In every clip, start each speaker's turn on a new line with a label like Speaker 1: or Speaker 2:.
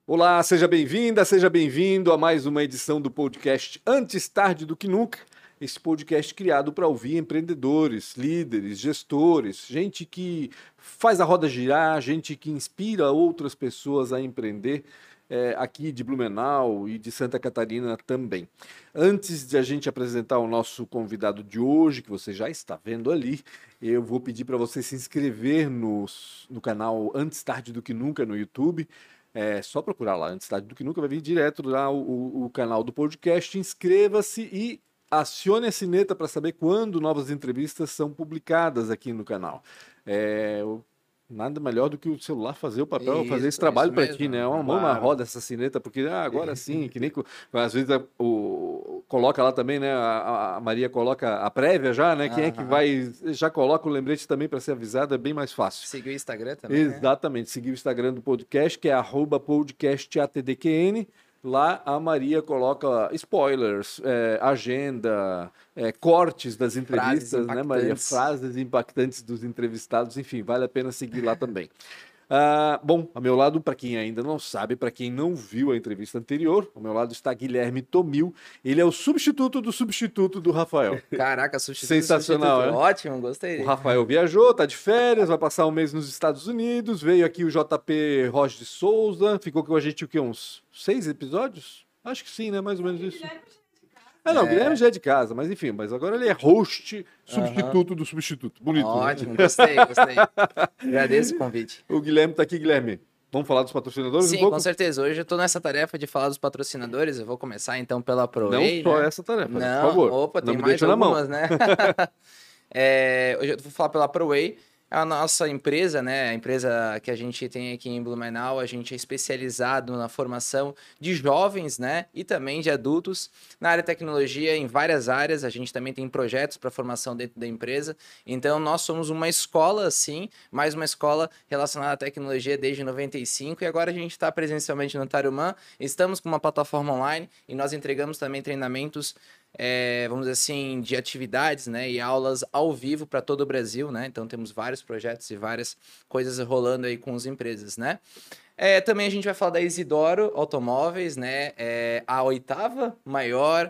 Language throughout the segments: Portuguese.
Speaker 1: Olá, seja bem-vinda, seja bem-vindo a mais uma edição do podcast Antes Tarde do Que Nunca. Esse podcast criado para ouvir empreendedores, líderes, gestores, gente que faz a roda girar, gente que inspira outras pessoas a empreender, aqui de Blumenau e de Santa Catarina também. Antes de a gente apresentar o nosso convidado de hoje, que você já está vendo ali, eu vou pedir para você se inscrever no canal Antes Tarde do Que Nunca no YouTube. É só procurar lá, Antes Tarde do Que Nunca, vai vir direto lá o canal do podcast. Inscreva-se e acione a sineta para saber quando novas entrevistas são publicadas aqui no canal. Nada melhor do que o celular fazer o papel, fazer esse trabalho para ti, né? Uma mão na roda essa sineta, porque agora sim, que nem às vezes coloca lá também, né? A Maria coloca a prévia já, né? Quem é que vai já coloca o lembrete também para ser avisado, é bem mais fácil.
Speaker 2: Seguir o Instagram também,
Speaker 1: Exatamente, seguir o Instagram do podcast, que é @podcastatdqn. Lá a Maria coloca spoilers, agenda, cortes das entrevistas, né, Maria? Frases impactantes dos entrevistados, enfim, vale a pena seguir lá também. Bom, ao meu lado, para quem ainda não sabe, para quem não viu a entrevista anterior, ao meu lado está Guilherme Tomil. Ele é o substituto do Rafael.
Speaker 2: Caraca, substituto.
Speaker 1: Sensacional,
Speaker 2: substituto. Ótimo, gostei.
Speaker 1: O Rafael viajou, tá de férias, vai passar um mês nos Estados Unidos. Veio aqui o JP Rocha de Souza, ficou com a gente o quê? Uns 6 episódios? Acho que sim, né? Mais ou menos isso. Não, o Guilherme já é de casa, mas enfim, mas agora ele é host, substituto do substituto. Bonito.
Speaker 2: Ótimo, né? Gostei. Agradeço o convite.
Speaker 1: O Guilherme tá aqui, Guilherme. Vamos falar dos patrocinadores
Speaker 2: um pouco? Sim, com certeza. Hoje eu tô nessa tarefa de falar dos patrocinadores. Eu vou começar então pela ProWay.
Speaker 1: Não só essa tarefa,
Speaker 2: não,
Speaker 1: por favor.
Speaker 2: Opa,
Speaker 1: não
Speaker 2: tem mais algumas, né? Hoje eu vou falar pela ProWay. A nossa empresa, né, a empresa que a gente tem aqui em Blumenau, a gente é especializado na formação de jovens, né, e também de adultos na área de tecnologia, em várias áreas. A gente também tem projetos para formação dentro da empresa. Então, nós somos uma escola, sim, mais uma escola relacionada à tecnologia desde 95, e agora a gente está presencialmente no Tarumã. Estamos com uma plataforma online e nós entregamos também treinamentos, vamos dizer assim, de atividades, né, e aulas ao vivo para todo o Brasil, né? Então temos vários projetos e várias coisas rolando aí com as empresas, né? Também a gente vai falar da Isidoro Automóveis, né? A 8ª maior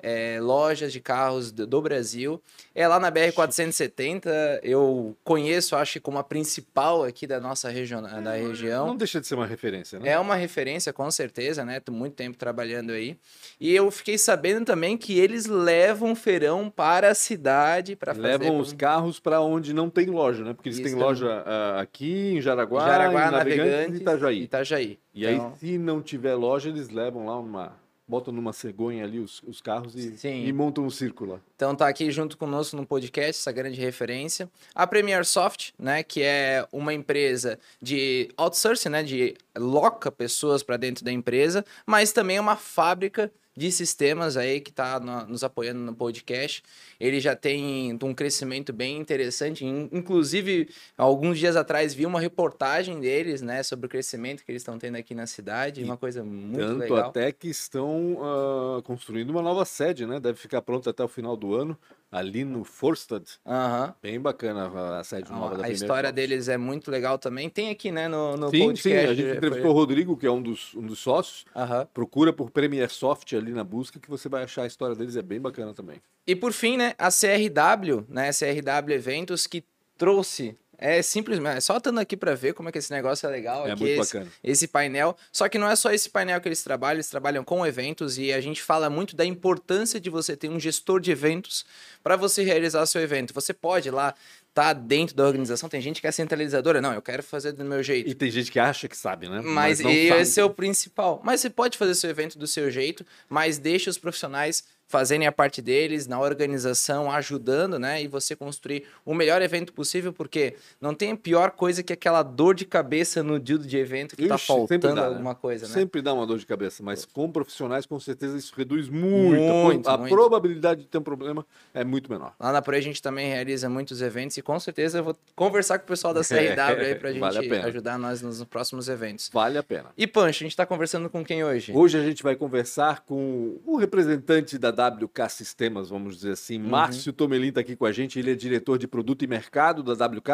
Speaker 2: loja de carros do Brasil. É lá na BR-470, eu conheço, acho que como a principal aqui da nossa região.
Speaker 1: Não deixa de ser uma referência, né?
Speaker 2: É uma referência, com certeza, né? Tô muito tempo trabalhando aí. E eu fiquei sabendo também que eles levam feirão para a cidade para fazer...
Speaker 1: Levam os carros para onde não tem loja, né? Porque eles têm loja aqui em Jaraguá, em Navegantes e
Speaker 2: Itajaí.
Speaker 1: E então... aí, se não tiver loja, eles levam lá botam numa cegonha ali os carros e montam um círculo.
Speaker 2: Então tá aqui junto conosco no podcast, essa grande referência. A Premier Soft, né, que é uma empresa de outsourcing, né, de loca pessoas para dentro da empresa, mas também é uma fábrica de sistemas aí que está nos apoiando no podcast. Ele já tem um crescimento bem interessante. Inclusive, alguns dias atrás vi uma reportagem deles, né, sobre o crescimento que eles estão tendo aqui na cidade. Uma coisa muito legal.
Speaker 1: Tanto até que estão construindo uma nova sede, né? Deve ficar pronta até o final do ano, ali no Forstad. Bem bacana a sede nova da Premier.
Speaker 2: A história deles é muito legal também. Tem aqui, né, no
Speaker 1: podcast. Sim, a gente entrevistou o Rodrigo, que é um dos sócios. Procura por Premier Soft ali na busca que você vai achar a história deles, é bem bacana também.
Speaker 2: E por fim, né, a CRW, né, CRW Eventos, que trouxe... simplesmente, só estando aqui para ver como é que esse negócio é legal.
Speaker 1: É muito bacana.
Speaker 2: Esse painel. Só que não é só esse painel que eles trabalham com eventos, e a gente fala muito da importância de você ter um gestor de eventos para você realizar seu evento. Você pode ir lá, tá dentro da organização, tem gente que é centralizadora, não, eu quero fazer do meu jeito.
Speaker 1: E tem gente que acha que sabe, né?
Speaker 2: Mas não sabe. Esse é o principal. Mas você pode fazer seu evento do seu jeito, mas deixa os profissionais fazerem a parte deles na organização, ajudando, né? E você construir o melhor evento possível, porque não tem pior coisa que aquela dor de cabeça no dia de evento que tá faltando alguma coisa, né?
Speaker 1: Sempre dá uma dor de cabeça, mas com profissionais, com certeza, isso reduz muito. A probabilidade de ter um problema é muito menor.
Speaker 2: Lá na Pro a gente também realiza muitos eventos e com certeza eu vou conversar com o pessoal da CRW aí pra gente ajudar nós nos próximos eventos.
Speaker 1: Vale a pena.
Speaker 2: E Pancho, a gente tá conversando com quem hoje?
Speaker 1: Hoje a gente vai conversar com o representante da WK Sistemas, vamos dizer assim, Márcio Tomelin está aqui com a gente, ele é diretor de produto e mercado da WK.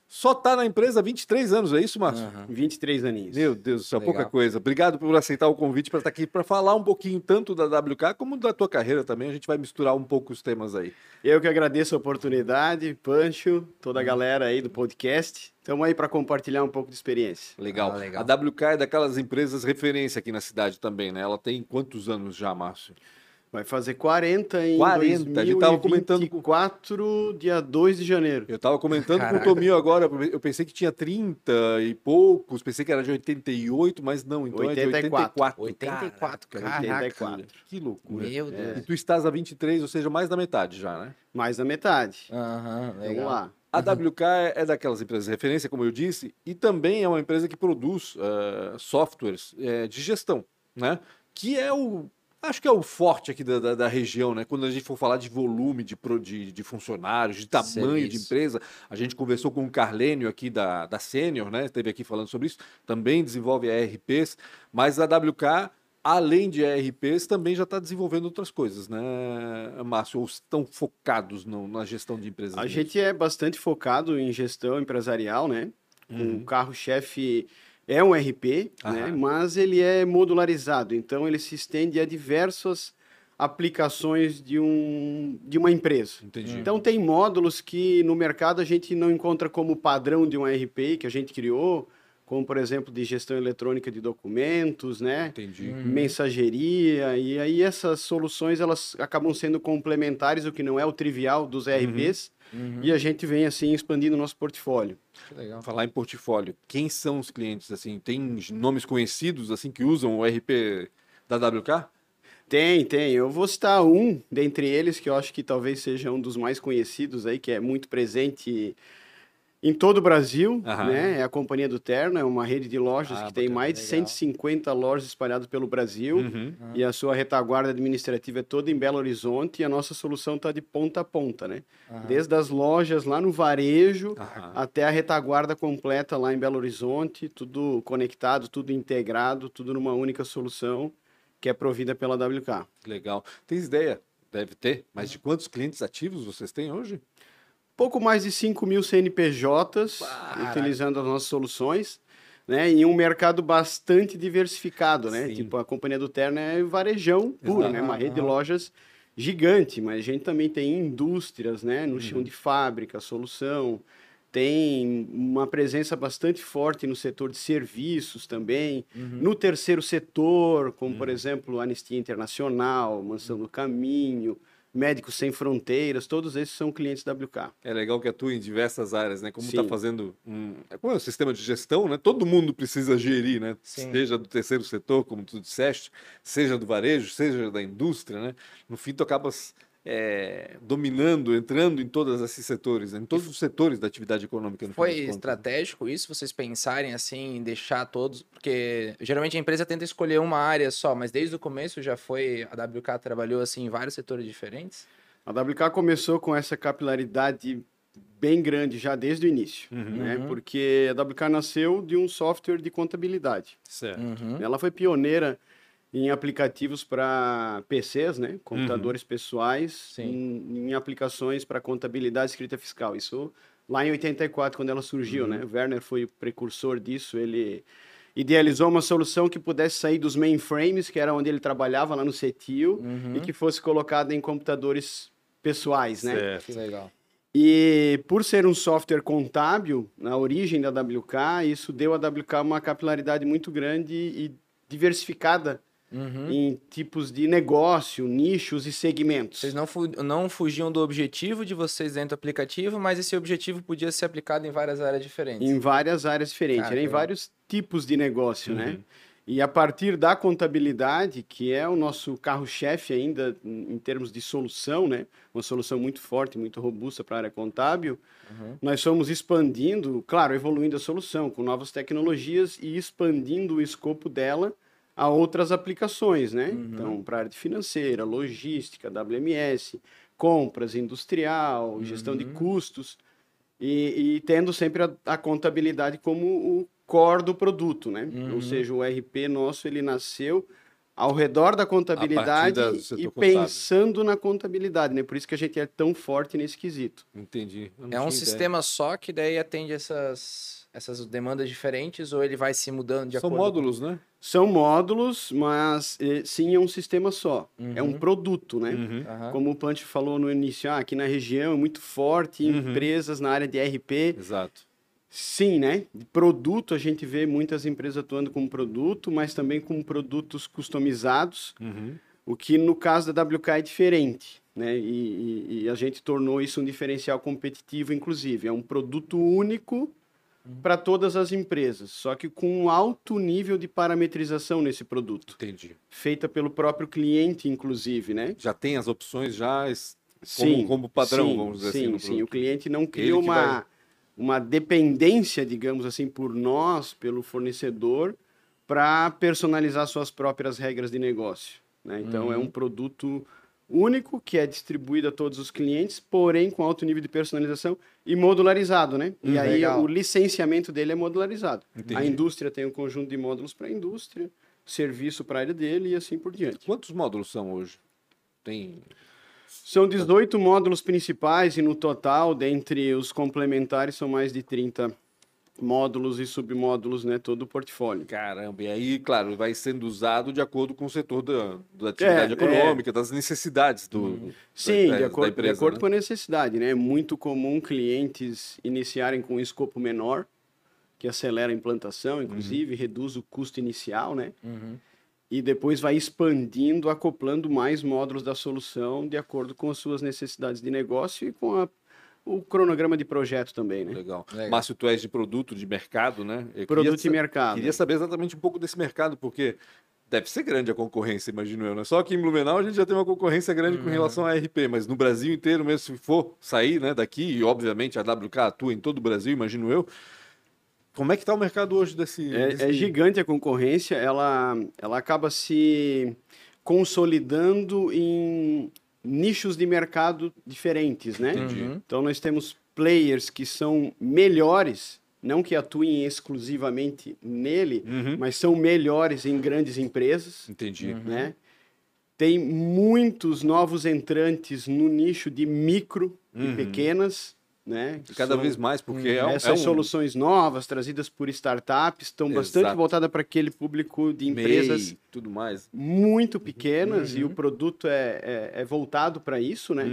Speaker 1: Só tá na empresa há 23 anos, é isso, Márcio?
Speaker 3: 23 aninhos.
Speaker 1: Meu Deus do céu,
Speaker 2: Legal.
Speaker 1: pouca coisa. Obrigado por aceitar o convite para estar aqui para falar um pouquinho tanto da WK como da tua carreira também. A gente vai misturar um pouco os temas aí.
Speaker 3: Eu que agradeço a oportunidade, Pancho, toda a galera aí do podcast. Estamos aí para compartilhar um pouco de experiência.
Speaker 1: Legal.
Speaker 2: Legal.
Speaker 1: A WK é daquelas empresas referência aqui na cidade também, né? Ela tem quantos anos já, Márcio?
Speaker 3: Vai fazer 40 em
Speaker 1: 40, a gente tava comentando com-
Speaker 3: 2024, dia 2 de janeiro.
Speaker 1: Eu tava comentando
Speaker 2: Caraca.
Speaker 1: com o Tominho agora, eu pensei que tinha 30 e poucos, pensei que era de 88, mas não, então é de
Speaker 3: 84.
Speaker 2: 84,
Speaker 1: Caraca,
Speaker 2: caraca.
Speaker 3: 84.
Speaker 1: Que loucura.
Speaker 2: Meu Deus.
Speaker 1: E tu estás a 23, ou seja, mais da metade já, né?
Speaker 3: Mais da metade.
Speaker 2: Aham,
Speaker 3: Vamos
Speaker 2: legal.
Speaker 3: lá.
Speaker 1: A WK é daquelas empresas de referência, como eu disse, e também é uma empresa que produz softwares de gestão, né? Que é acho que é o forte aqui da região, né? Quando a gente for falar de volume de funcionários, de tamanho de
Speaker 2: Serviço.
Speaker 1: empresa, a gente conversou com o Carlênio aqui da Senior, né? Esteve aqui falando sobre isso, também desenvolve ERPs, mas a WK, além de ERPs, também já está desenvolvendo outras coisas, né, Márcio? Ou estão focados na gestão de empresas?
Speaker 3: A
Speaker 1: mesmo?
Speaker 3: gente é bastante focado em gestão empresarial, né? O carro-chefe é um RP, né?
Speaker 1: Aham.
Speaker 3: Mas ele é modularizado, então ele se estende a diversas aplicações de uma empresa.
Speaker 1: Entendi.
Speaker 3: Então tem módulos que no mercado a gente não encontra como padrão de um RP que a gente criou, como por exemplo de gestão eletrônica de documentos, né?
Speaker 1: Entendi.
Speaker 3: Mensageria, e aí essas soluções elas acabam sendo complementares, o que não é o trivial dos RPs, e a gente vem assim expandindo o nosso portfólio.
Speaker 2: Que legal.
Speaker 1: Falar em portfólio, quem são os clientes, assim? Tem nomes conhecidos, assim, que usam o RP da WK?
Speaker 3: Tem. Eu vou citar um dentre eles, que eu acho que talvez seja um dos mais conhecidos aí, que é muito presente em todo o Brasil,
Speaker 1: Aham.
Speaker 3: né? É a Companhia do Terno, é uma rede de lojas que tem
Speaker 1: bacana,
Speaker 3: mais de
Speaker 2: legal.
Speaker 3: 150 lojas espalhadas pelo Brasil,
Speaker 1: Uhum.
Speaker 3: e a sua retaguarda administrativa é toda em Belo Horizonte, e a nossa solução está de ponta a ponta, né? Desde as lojas lá no varejo,
Speaker 1: Aham.
Speaker 3: até a retaguarda completa lá em Belo Horizonte, tudo conectado, tudo integrado, tudo numa única solução, que é provida pela WK.
Speaker 1: Legal. Tens ideia? Deve ter. Mas de quantos clientes ativos vocês têm hoje?
Speaker 3: Pouco mais de 5 mil CNPJs utilizando as nossas soluções, né? Em um mercado bastante diversificado, né?
Speaker 1: Sim.
Speaker 3: Tipo, a Companhia do Terno é varejão puro,
Speaker 1: Exato.
Speaker 3: né? Uma rede de lojas gigante, mas a gente também tem indústrias, né? No chão de fábrica, solução, tem uma presença bastante forte no setor de serviços também, no terceiro setor, como por exemplo Anistia Internacional, Mansão do Caminho, Médicos Sem Fronteiras, todos esses são clientes WK.
Speaker 1: É legal que atua em diversas áreas, né? Como
Speaker 3: Sim.
Speaker 1: está fazendo como é o sistema de gestão, né? Todo mundo precisa gerir, né?
Speaker 2: Sim.
Speaker 1: Seja do terceiro setor, como tu disseste, seja do varejo, seja da indústria, né? No fim, tu acabas dominando, entrando em todos esses setores, né? Em todos os setores da atividade econômica. No fim
Speaker 2: Foi
Speaker 1: das contas, né?
Speaker 2: estratégico isso, vocês pensarem assim, em deixar todos, porque geralmente a empresa tenta escolher uma área só, mas desde o começo já foi, a WK trabalhou assim em vários setores diferentes?
Speaker 3: A WK começou com essa capilaridade bem grande já desde o início, né? Porque a WK nasceu de um software de contabilidade.
Speaker 1: Certo.
Speaker 3: Ela foi pioneira em aplicativos para PCs, né? Computadores pessoais,
Speaker 2: Sim.
Speaker 3: em aplicações para contabilidade e escrita fiscal. Isso lá em 84, quando ela surgiu, né? O Werner foi o precursor disso, ele idealizou uma solução que pudesse sair dos mainframes, que era onde ele trabalhava lá no CETIL, e que fosse colocada em computadores pessoais, né?
Speaker 1: Certo.
Speaker 2: Que legal.
Speaker 3: E por ser um software contábil, na origem da WK, isso deu à WK uma capilaridade muito grande e diversificada em tipos de negócio, nichos e segmentos.
Speaker 2: Vocês não fugiam do objetivo de vocês dentro do aplicativo, mas esse objetivo podia ser aplicado em várias áreas diferentes.
Speaker 3: Em várias áreas diferentes,
Speaker 2: Cara,
Speaker 3: em
Speaker 2: que legal.
Speaker 3: vários tipos de negócio, né? E a partir da contabilidade, que é o nosso carro-chefe ainda em termos de solução, né? Uma solução muito forte, muito robusta para a área contábil, nós fomos expandindo, claro, evoluindo a solução com novas tecnologias e expandindo o escopo dela a outras aplicações, né? Então, para a área de financeira, logística, WMS, compras, industrial, gestão de custos, e tendo sempre a contabilidade como o core do produto, né? Ou seja, o RP nosso, ele nasceu ao redor da
Speaker 1: A
Speaker 3: contabilidade
Speaker 1: partir do setor
Speaker 3: e
Speaker 1: contábil.
Speaker 3: pensando na contabilidade, né? Por isso que a gente é tão forte nesse quesito.
Speaker 1: Entendi. Eu não
Speaker 2: É um
Speaker 1: tinha
Speaker 2: sistema só que daí atende essas demandas diferentes ou ele vai se mudando de
Speaker 1: ideia. São
Speaker 2: acordo
Speaker 1: módulos, né?
Speaker 3: São módulos, mas sim é um sistema só. É um produto, né?
Speaker 1: Uhum.
Speaker 2: Aham.
Speaker 3: Como o Punch falou no início, aqui na região é muito forte, empresas na área de RP.
Speaker 1: Exato.
Speaker 3: Sim, né? De produto, a gente vê muitas empresas atuando com produto, mas também com produtos customizados,
Speaker 1: Uhum.
Speaker 3: o que no caso da WK é diferente, né? E a gente tornou isso um diferencial competitivo, inclusive. É um produto único para todas as empresas, só que com um alto nível de parametrização nesse produto,
Speaker 1: Entendi.
Speaker 3: feita pelo próprio cliente, inclusive, né?
Speaker 1: Já tem as opções
Speaker 3: Sim,
Speaker 1: como padrão,
Speaker 3: sim,
Speaker 1: vamos dizer
Speaker 3: sim,
Speaker 1: assim. No
Speaker 3: sim.
Speaker 1: produto.
Speaker 3: O cliente não
Speaker 1: Ele
Speaker 3: cria
Speaker 1: que vai-
Speaker 3: uma dependência, digamos assim, por nós, pelo fornecedor, para personalizar suas próprias regras de negócio, né? Então, é um produto único que é distribuído a todos os clientes, porém com alto nível de personalização e modularizado, né? E aí
Speaker 2: legal.
Speaker 3: o licenciamento dele é modularizado.
Speaker 1: Entendi.
Speaker 3: A indústria tem um conjunto de módulos para a indústria, serviço para a área dele e assim por diante.
Speaker 1: Quantos módulos são hoje? Tem.
Speaker 3: São 18 módulos principais e no total, dentre os complementares, são mais de 30 módulos e submódulos, né? Todo o portfólio.
Speaker 1: Caramba, e aí, claro, vai sendo usado de acordo com o setor da atividade
Speaker 3: É,
Speaker 1: econômica, das necessidades
Speaker 3: Sim,
Speaker 1: da
Speaker 3: de acordo,
Speaker 1: empresa,
Speaker 3: de acordo
Speaker 1: né?
Speaker 3: com a necessidade, né? É muito comum clientes iniciarem com um escopo menor, que acelera a implantação, inclusive, reduz o custo inicial, né? E depois vai expandindo, acoplando mais módulos da solução de acordo com as suas necessidades de negócio e com o cronograma de projeto também, né?
Speaker 1: Legal.
Speaker 2: Legal.
Speaker 1: Márcio, tu és de produto, de mercado, né? Eu
Speaker 3: Produto
Speaker 1: queria
Speaker 3: e mercado.
Speaker 1: Queria saber exatamente um pouco desse mercado, porque deve ser grande a concorrência, imagino eu, né? Só aqui em Blumenau a gente já tem uma concorrência grande com relação a RP, mas no Brasil inteiro, mesmo se for sair, né, daqui, e obviamente a WK atua em todo o Brasil, imagino eu. Como é que está o mercado hoje
Speaker 3: É gigante a concorrência, ela acaba se consolidando em nichos de mercado diferentes, né?
Speaker 1: Entendi.
Speaker 3: Então nós temos players que são melhores, não que atuem exclusivamente nele, mas são melhores em grandes empresas,
Speaker 1: Entendi.
Speaker 3: né? Tem muitos novos entrantes no nicho de micro e pequenas, né?
Speaker 1: E cada
Speaker 3: São-
Speaker 1: vez mais, porque
Speaker 3: essas soluções novas trazidas por startups estão bastante
Speaker 1: Exato.
Speaker 3: voltadas para aquele público de empresas
Speaker 1: MEI, tudo mais.
Speaker 3: muito pequenas e o produto é voltado para isso, né?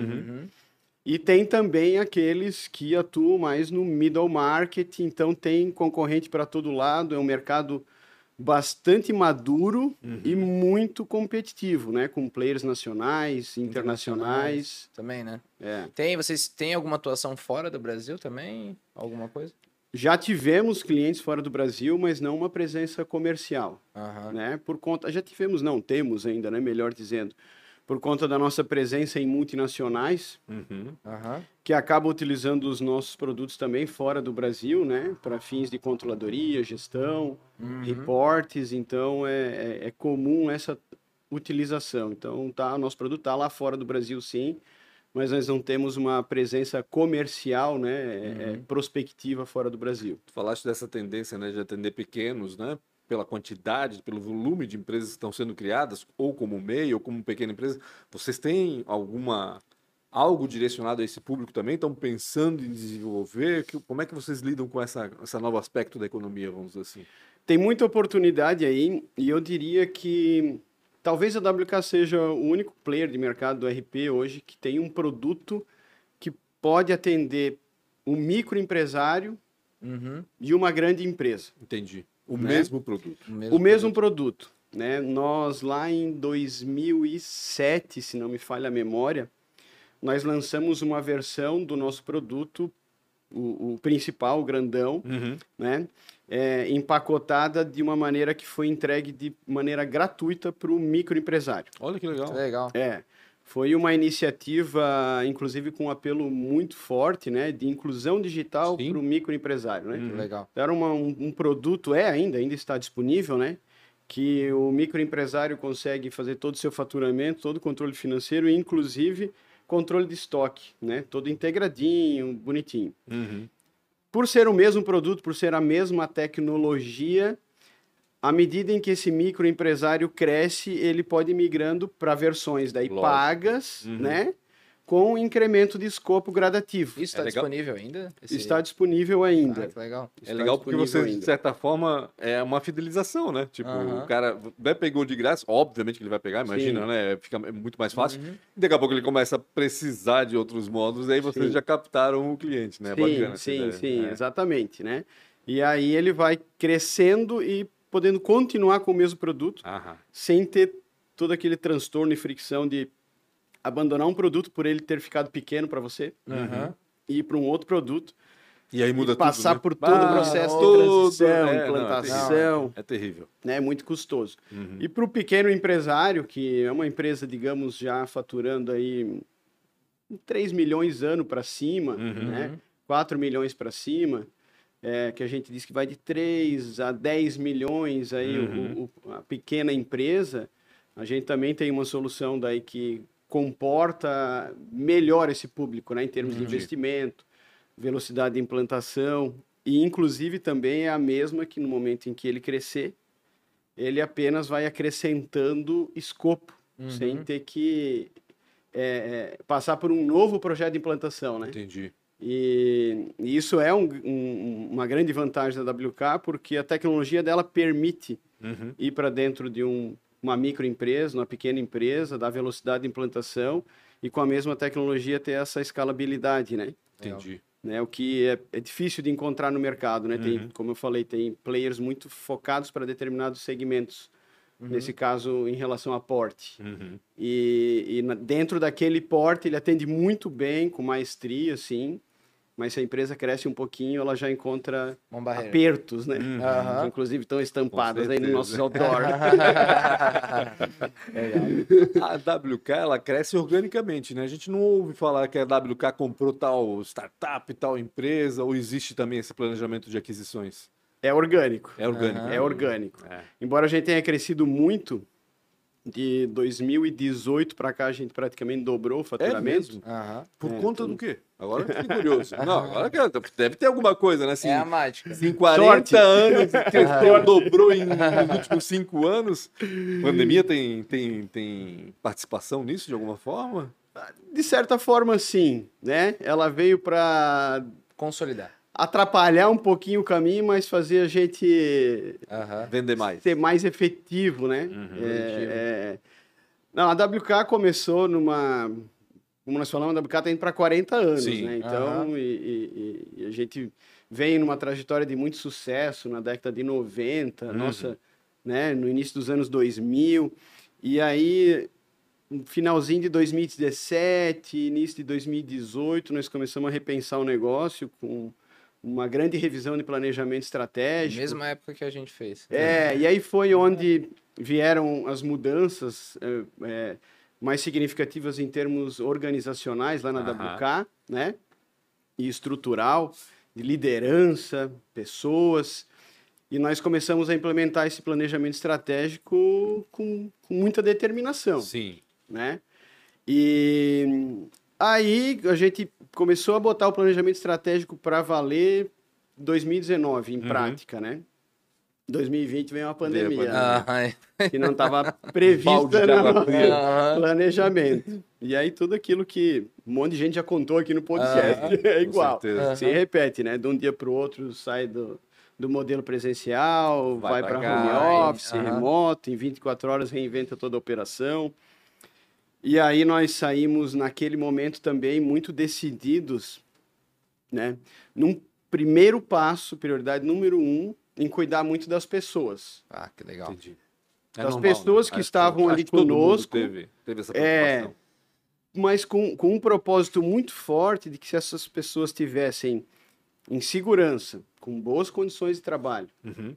Speaker 3: E tem também aqueles que atuam mais no middle market, então tem concorrente para todo lado, é um mercado bastante maduro e muito competitivo, né? Com players nacionais, internacionais.
Speaker 2: Também, né?
Speaker 3: É.
Speaker 2: Vocês têm alguma atuação fora do Brasil também? Alguma coisa?
Speaker 3: Já tivemos clientes fora do Brasil, mas não uma presença comercial,
Speaker 2: Aham.
Speaker 3: né? Por conta, já tivemos, não, temos ainda, né? Melhor dizendo, por conta da nossa presença em multinacionais,
Speaker 2: Aham.
Speaker 3: que acabam utilizando os nossos produtos também fora do Brasil, né? Para fins de controladoria, gestão, reportes, então é comum essa utilização. Então, nosso produto está lá fora do Brasil, sim, mas nós não temos uma presença comercial, né? Prospectiva fora do Brasil.
Speaker 1: Tu falaste dessa tendência, né, de atender pequenos, né? Pela quantidade, pelo volume de empresas que estão sendo criadas, ou como MEI, ou como pequena empresa. Vocês têm algo direcionado a esse público também? Estão pensando em desenvolver? Como é que vocês lidam com essa novo aspecto da economia, vamos dizer assim?
Speaker 3: Tem muita oportunidade aí, e eu diria que talvez a WK seja o único player de mercado do RP hoje que tem um produto que pode atender um microempresário e uma grande empresa.
Speaker 1: Entendi. O
Speaker 3: Né?
Speaker 1: mesmo produto.
Speaker 3: O mesmo produto, né? Nós lá em 2007, se não me falha a memória, nós lançamos uma versão do nosso produto, o principal, o grandão, né? Empacotada de uma maneira que foi entregue de maneira gratuita para o microempresário.
Speaker 1: Olha que legal.
Speaker 2: Legal.
Speaker 3: Foi uma iniciativa, inclusive com um apelo muito forte, né? De inclusão digital
Speaker 1: Sim.
Speaker 3: para o microempresário, né?
Speaker 2: Legal.
Speaker 3: Era um produto, ainda está disponível, né? Que o microempresário consegue fazer todo o seu faturamento, todo o controle financeiro e, inclusive, controle de estoque, né? Todo integradinho, bonitinho. Por ser o mesmo produto, por ser a mesma tecnologia, à medida em que esse microempresário cresce, ele pode ir migrando para versões daí
Speaker 1: Lógico.
Speaker 3: pagas, né? Com incremento de escopo gradativo.
Speaker 2: Isso está
Speaker 1: legal.
Speaker 2: disponível ainda?
Speaker 3: Está disponível ainda.
Speaker 2: Ah, que legal.
Speaker 1: É legal porque você,
Speaker 3: disponível
Speaker 1: de certa forma, é uma fidelização, né? Tipo, o cara pegou de graça, obviamente que ele vai pegar, imagina,
Speaker 3: Sim.
Speaker 1: né? Fica muito mais fácil. E daqui a pouco ele começa a precisar de outros módulos, aí vocês
Speaker 3: Sim.
Speaker 1: já captaram o cliente, né? Bacana essa
Speaker 3: Sim,
Speaker 1: ideia.
Speaker 3: sim,
Speaker 1: É.
Speaker 3: exatamente, né? E aí ele vai crescendo e podendo continuar com o mesmo produto,
Speaker 1: Aham.
Speaker 3: sem ter todo aquele transtorno e fricção de abandonar um produto por ele ter ficado pequeno para você e ir para um outro produto.
Speaker 1: E aí muda
Speaker 3: E passar
Speaker 1: tudo, né?
Speaker 3: por todo o processo de
Speaker 1: todo,
Speaker 3: transição,
Speaker 1: não,
Speaker 3: implantação,
Speaker 1: é terrível.
Speaker 3: né? É muito custoso. E para o pequeno empresário, que é uma empresa, digamos, já faturando aí 3 milhões ano para cima, né? 4 milhões para cima, que a gente diz que vai de 3 a 10 milhões aí a pequena empresa, a gente também tem uma solução daí que comporta melhor esse público, né? Em termos de investimento, velocidade de implantação, e inclusive também é a mesma que no momento em que ele crescer, ele apenas vai acrescentando escopo, sem ter que passar por um novo projeto de implantação, né?
Speaker 1: Entendi.
Speaker 3: E isso é uma grande vantagem da WK, porque a tecnologia dela permite ir para dentro de uma microempresa, uma pequena empresa, dar velocidade de implantação e com a mesma tecnologia ter essa escalabilidade, né?
Speaker 1: Entendi.
Speaker 3: Né, o que é difícil de encontrar no mercado, né? Tem, como eu falei, tem players muito focados para determinados segmentos, nesse caso em relação a porte. Dentro daquele porte ele atende muito bem, com maestria, assim, mas se a empresa cresce um pouquinho, ela já encontra
Speaker 2: Uma barreira.
Speaker 3: apertos, né? Que, inclusive estão estampadas aí nos nossos outdoors.
Speaker 1: A WK, ela cresce organicamente, né? A gente não ouve falar que a WK comprou tal startup, tal empresa, ou existe também esse planejamento de aquisições?
Speaker 3: É orgânico.
Speaker 1: É orgânico.
Speaker 3: É orgânico.
Speaker 1: É.
Speaker 3: Embora a gente tenha crescido muito, de 2018 para cá a gente praticamente dobrou o faturamento.
Speaker 1: mesmo? Por conta do quê? Agora eu fiquei curioso. Não, agora deve ter alguma coisa, né? Assim,
Speaker 2: É a mágica.
Speaker 1: em 40
Speaker 3: Sorte.
Speaker 1: anos, cresceu, dobrou nos últimos 5 anos. Pandemia tem participação nisso de alguma forma?
Speaker 3: De certa forma, sim, né? Ela veio para
Speaker 2: Consolidar.
Speaker 3: atrapalhar um pouquinho o caminho, mas fazer a gente
Speaker 1: Vender mais.
Speaker 3: ser mais efetivo, né? Não, a WK começou como nós falamos, a WK está indo para 40 anos,
Speaker 1: Sim.
Speaker 3: né? Então, e a gente vem numa trajetória de muito sucesso na década de 90, né? No início dos anos 2000, e aí no finalzinho de 2017, início de 2018, nós começamos a repensar o negócio com uma grande revisão de planejamento estratégico.
Speaker 2: Mesma época que a gente fez.
Speaker 3: E aí foi onde vieram as mudanças mais significativas em termos organizacionais lá na WK, né? E estrutural, de liderança, pessoas. E nós começamos a implementar esse planejamento estratégico com muita determinação.
Speaker 1: Sim.
Speaker 3: Né? E aí a gente começou a botar o planejamento estratégico para valer 2019 em prática, né? 2020 veio uma pandemia, né? Que não estava prevista no planejamento. E aí tudo aquilo que um monte de gente já contou aqui no podcast é igual. Se repete, né? De um dia para o outro sai do modelo presencial, vai para home office, remoto, em 24 horas reinventa toda a operação. E aí nós saímos naquele momento também muito decididos, né? Num primeiro passo, prioridade número 1, em cuidar muito das pessoas.
Speaker 2: Ah, que legal.
Speaker 1: Entendi.
Speaker 3: Das pessoas que estavam ali conosco.
Speaker 1: Teve essa preocupação.
Speaker 3: Mas com um propósito muito forte de que se essas pessoas tivessem em segurança, com boas condições de trabalho,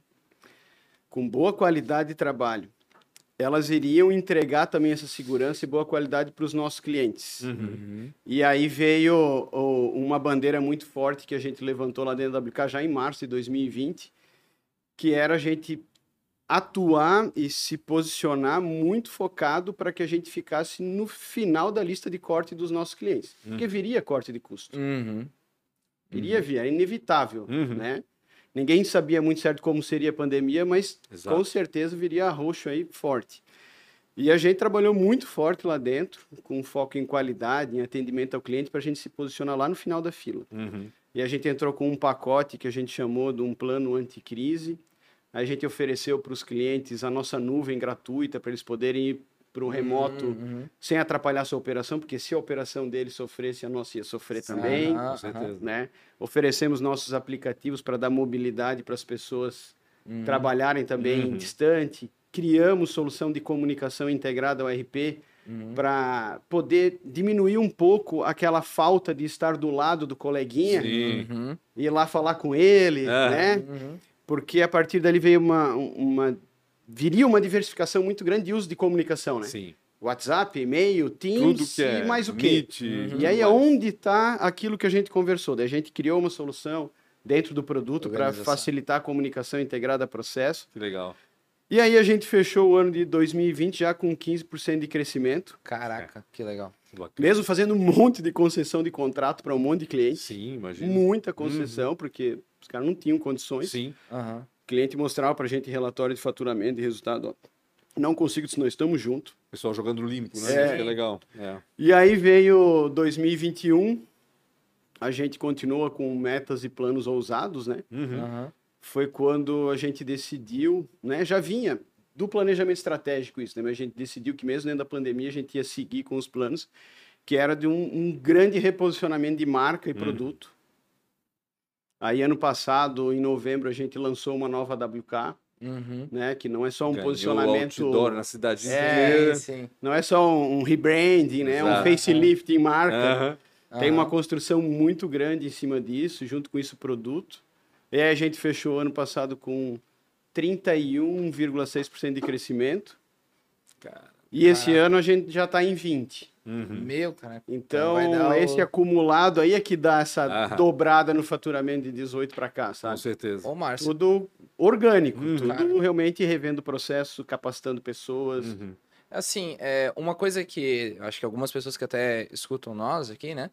Speaker 3: com boa qualidade de trabalho, elas iriam entregar também essa segurança e boa qualidade para os nossos clientes. E aí veio uma bandeira muito forte que a gente levantou lá dentro da WK já em março de 2020, que era a gente atuar e se posicionar muito focado para que a gente ficasse no final da lista de corte dos nossos clientes. Porque viria corte de custo. Iria vir, é inevitável, né? Ninguém sabia muito certo como seria a pandemia, mas
Speaker 1: Exato.
Speaker 3: com certeza viria roxo aí forte. E a gente trabalhou muito forte lá dentro, com foco em qualidade, em atendimento ao cliente, para a gente se posicionar lá no final da fila. E a gente entrou com um pacote que a gente chamou de um plano anticrise. A gente ofereceu para os clientes a nossa nuvem gratuita para eles poderem ir para o remoto sem atrapalhar a sua operação, porque se a operação deles sofresse, a nossa ia sofrer também.
Speaker 1: Com certeza.
Speaker 3: Né? Oferecemos nossos aplicativos para dar mobilidade para as pessoas trabalharem também distante. Criamos solução de comunicação integrada ao ERP para poder diminuir um pouco aquela falta de estar do lado do coleguinha e ir lá falar com ele, né? Porque a partir dali veio viria uma diversificação muito grande de uso de comunicação, né?
Speaker 1: Sim.
Speaker 3: WhatsApp, e-mail, Teams
Speaker 1: Tudo que é
Speaker 3: e mais o quê?
Speaker 1: Meet,
Speaker 3: E aí, aonde está aquilo que a gente conversou? Daí a gente criou uma solução dentro do produto para
Speaker 2: Organização.
Speaker 3: facilitar a comunicação integrada a processo.
Speaker 1: Que legal.
Speaker 3: E aí a gente fechou o ano de 2020 já com 15% de crescimento,
Speaker 2: Caraca, que legal.
Speaker 1: Bacana.
Speaker 3: mesmo fazendo um monte de concessão de contrato para um monte de clientes.
Speaker 1: Sim, imagina.
Speaker 3: Muita concessão, porque os caras não tinham condições.
Speaker 1: Sim.
Speaker 2: Aham.
Speaker 3: O cliente mostrava para a gente relatório de faturamento, de resultado. Ó, não consigo, se nós estamos juntos.
Speaker 1: Pessoal jogando limpo, né?
Speaker 3: É.
Speaker 1: Isso que é legal. É.
Speaker 3: E aí veio 2021, a gente continua com metas e planos ousados, né?
Speaker 2: Aham.
Speaker 3: Foi quando a gente decidiu, né? Já vinha do planejamento estratégico isso, né? Mas a gente decidiu que mesmo dentro da pandemia a gente ia seguir com os planos, que era de um grande reposicionamento de marca e produto. Aí ano passado, em novembro, a gente lançou uma nova WK, né? Que não é só um
Speaker 1: Ganhou
Speaker 3: posicionamento,
Speaker 1: outdoor na cidade
Speaker 3: É,
Speaker 1: inteira.
Speaker 2: Sim.
Speaker 3: não é só um rebranding, né? Um
Speaker 1: Exato.
Speaker 3: facelift em marca.
Speaker 1: Aham.
Speaker 3: Tem uma construção muito grande em cima disso, junto com isso produto. E aí a gente fechou ano passado com 31,6% de crescimento.
Speaker 1: Cara.
Speaker 3: E esse ano a gente já está em 20%.
Speaker 2: Meu, cara.
Speaker 3: Então,
Speaker 2: vai dar
Speaker 3: esse acumulado aí é que dá essa
Speaker 1: Aham.
Speaker 3: dobrada no faturamento de 18 para cá,
Speaker 1: Com
Speaker 3: sabe?
Speaker 1: certeza.
Speaker 2: Ô, Márcio.
Speaker 3: Tudo orgânico, tudo
Speaker 2: Cara.
Speaker 3: realmente revendo o processo, capacitando pessoas.
Speaker 2: Assim, uma coisa que eu acho que algumas pessoas que até escutam nós aqui, né?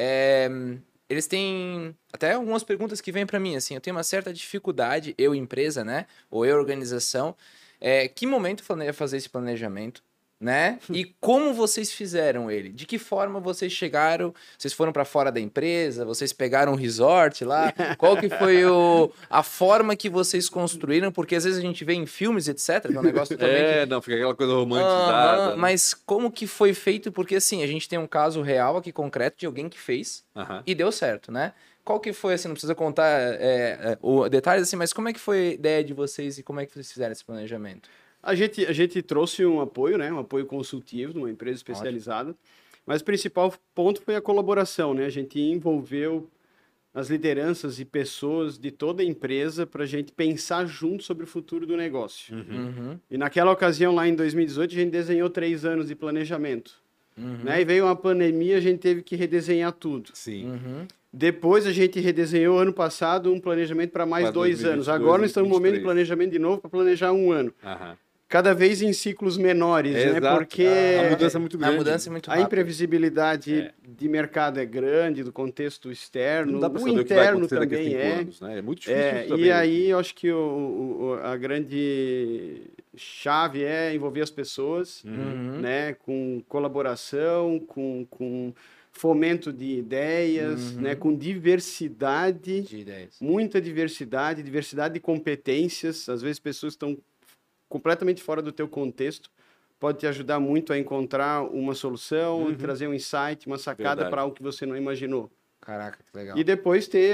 Speaker 2: Eles têm até algumas perguntas que vêm para mim, assim, eu tenho uma certa dificuldade, eu empresa, né? Ou eu organização, que momento fazer esse planejamento, né? E como vocês fizeram ele? De que forma vocês chegaram? Vocês foram para fora da empresa? Vocês pegaram um resort lá? Qual que foi a forma que vocês construíram? Porque às vezes a gente vê em filmes, etc, que é um negócio também
Speaker 1: Não, fica aquela coisa romantizada.
Speaker 2: Aham,
Speaker 1: né?
Speaker 2: mas como que foi feito? Porque assim, a gente tem um caso real aqui, concreto, de alguém que fez
Speaker 1: Aham.
Speaker 2: e deu certo, né? Qual que foi, assim, não precisa contar o detalhes, assim, mas como é que foi a ideia de vocês e como é que vocês fizeram esse planejamento?
Speaker 3: A gente trouxe um apoio, né? Um apoio consultivo de uma empresa especializada. Mas o principal ponto foi a colaboração, né? A gente envolveu as lideranças e pessoas de toda a empresa para a gente pensar junto sobre o futuro do negócio. E naquela ocasião, lá em 2018, a gente desenhou 3 anos de planejamento. Né? E veio uma pandemia, a gente teve que redesenhar tudo.
Speaker 1: Sim.
Speaker 3: Depois a gente redesenhou ano passado um planejamento para mais
Speaker 1: Pra
Speaker 3: 2 anos.
Speaker 1: 2022
Speaker 3: Agora nós estamos no momento de
Speaker 1: 2023.
Speaker 3: planejamento de novo para planejar 1 ano.
Speaker 1: Aham.
Speaker 3: Cada vez em ciclos menores, né?
Speaker 1: Exato.
Speaker 3: Porque
Speaker 1: A mudança é muito grande.
Speaker 2: A mudança é muito
Speaker 3: a
Speaker 2: rápida.
Speaker 3: imprevisibilidade de mercado é grande, do contexto externo,
Speaker 1: Não dá para
Speaker 3: o
Speaker 1: saber o que vai
Speaker 3: interno
Speaker 1: acontecer daqui a
Speaker 3: também
Speaker 1: 5
Speaker 3: é.
Speaker 1: anos, né? É muito difícil isso
Speaker 3: E
Speaker 1: também.
Speaker 3: aí eu acho que a grande chave é envolver as pessoas, né? Com colaboração, com fomento de ideias, né? Com diversidade.
Speaker 2: De ideias.
Speaker 3: Muita diversidade de competências. Às vezes pessoas estão completamente fora do teu contexto. Pode te ajudar muito a encontrar uma solução, trazer um insight, uma sacada
Speaker 1: Verdade.
Speaker 3: para algo que você não imaginou.
Speaker 2: Caraca, que legal.
Speaker 3: E depois ter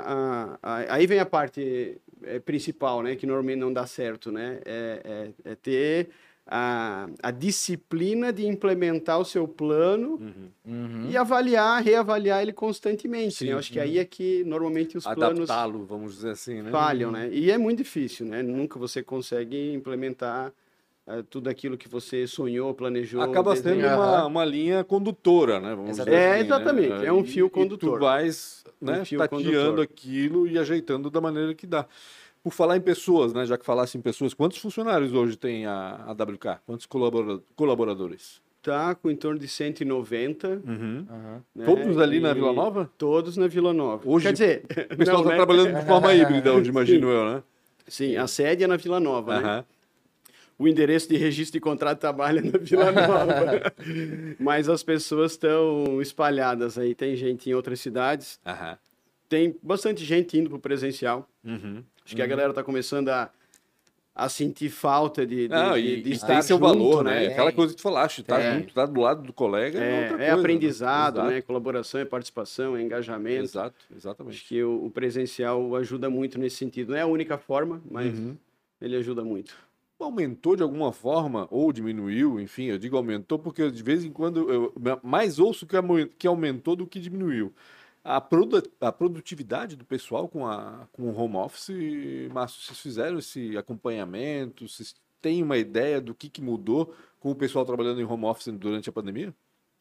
Speaker 3: aí vem a parte principal, né? Que normalmente não dá certo, né? É ter a disciplina de implementar o seu plano e reavaliar ele constantemente.
Speaker 1: Sim.
Speaker 3: Né? Eu acho que aí é que normalmente os planos
Speaker 1: Adaptá-lo, vamos dizer assim, né?
Speaker 3: falham, né? E é muito difícil, né? Nunca você consegue implementar tudo aquilo que você sonhou, planejou.
Speaker 1: Acaba sendo
Speaker 3: desenhou.
Speaker 1: uma linha condutora, né? Vamos dizer assim,
Speaker 3: Exatamente,
Speaker 1: né?
Speaker 3: é um fio
Speaker 1: E
Speaker 3: condutor.
Speaker 1: tu vais, né,
Speaker 3: fio
Speaker 1: tateando
Speaker 3: condutor.
Speaker 1: aquilo e ajeitando da maneira que dá. Por falar em pessoas, né? Já que falasse em pessoas, quantos funcionários hoje tem a WK? Quantos colaboradores?
Speaker 3: tá com em torno de 190.
Speaker 1: Uhum.
Speaker 3: Né?
Speaker 1: Todos ali na
Speaker 3: E
Speaker 1: Vila Nova?
Speaker 3: Todos na Vila Nova.
Speaker 1: Hoje,
Speaker 3: Quer dizer,
Speaker 1: O pessoal
Speaker 3: não,
Speaker 1: está
Speaker 3: né?
Speaker 1: trabalhando de forma híbrida hoje, imagino eu, né?
Speaker 3: Sim, a sede é na Vila Nova, né?
Speaker 1: Aham.
Speaker 3: O endereço de registro de contrato de trabalho é na Vila Nova. Mas as pessoas estão espalhadas aí. Tem gente em outras cidades.
Speaker 1: Aham.
Speaker 3: Tem bastante gente indo para o presencial.
Speaker 1: Uhum.
Speaker 3: Acho que a galera está começando a sentir falta de
Speaker 1: Não, e
Speaker 3: estar
Speaker 1: tem seu
Speaker 3: junto,
Speaker 1: valor, né?
Speaker 2: né?
Speaker 1: Aquela coisa que tu falaste, tá
Speaker 3: É.
Speaker 1: junto, tá do lado do colega é outra
Speaker 3: É
Speaker 1: coisa,
Speaker 3: aprendizado,
Speaker 1: né?
Speaker 3: né? Colaboração, é participação, é engajamento.
Speaker 1: Exato,
Speaker 3: Acho
Speaker 1: exatamente.
Speaker 3: que o presencial ajuda muito nesse sentido. Não é a única forma, mas
Speaker 1: Uhum.
Speaker 3: ele ajuda muito.
Speaker 1: Aumentou de alguma forma ou diminuiu, enfim, eu digo aumentou porque eu, de vez em quando eu mais ouço que aumentou do que diminuiu. A produtividade do pessoal com o home office, Márcio, vocês fizeram esse acompanhamento? Vocês têm uma ideia do que mudou com o pessoal trabalhando em home office durante a pandemia?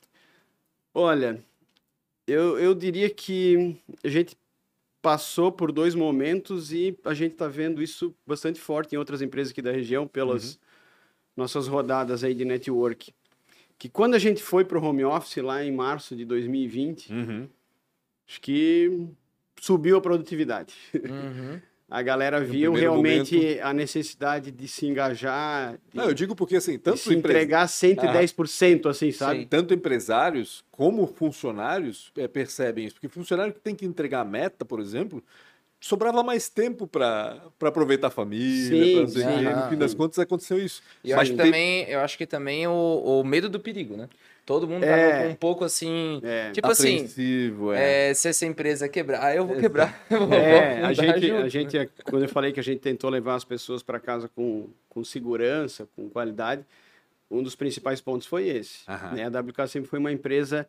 Speaker 3: Olha, eu diria que a gente passou por 2 momentos e a gente está vendo isso bastante forte em outras empresas aqui da região, pelas nossas rodadas aí de network. Que quando a gente foi para o home office lá em março de 2020, acho que subiu a produtividade.
Speaker 2: Uhum.
Speaker 3: A galera viu
Speaker 1: primeiro
Speaker 3: realmente a necessidade de se engajar, de,
Speaker 1: Não, eu digo porque assim,
Speaker 3: de
Speaker 1: tanto
Speaker 3: se entregar 110%, assim, sabe?
Speaker 1: tanto empresários como funcionários percebem isso. Porque funcionário que tem que entregar a meta, por exemplo, sobrava mais tempo para aproveitar a família,
Speaker 3: Sim,
Speaker 1: pra não sei o quê.
Speaker 2: sim.
Speaker 1: No fim das contas aconteceu isso.
Speaker 2: E eu
Speaker 1: Mas
Speaker 2: acho que também o medo do perigo, né? Todo mundo
Speaker 3: É.
Speaker 2: tá um pouco assim,
Speaker 3: É.
Speaker 2: tipo assim,
Speaker 1: apreensivo,
Speaker 2: se essa empresa quebrar, eu vou quebrar. Eu vou
Speaker 3: É, a
Speaker 2: afundar
Speaker 3: gente,
Speaker 2: junto,
Speaker 3: a gente, quando eu falei que a gente tentou levar as pessoas para casa com segurança, com qualidade, um dos principais pontos foi esse.
Speaker 1: Aham.
Speaker 3: Né? A WK sempre foi uma empresa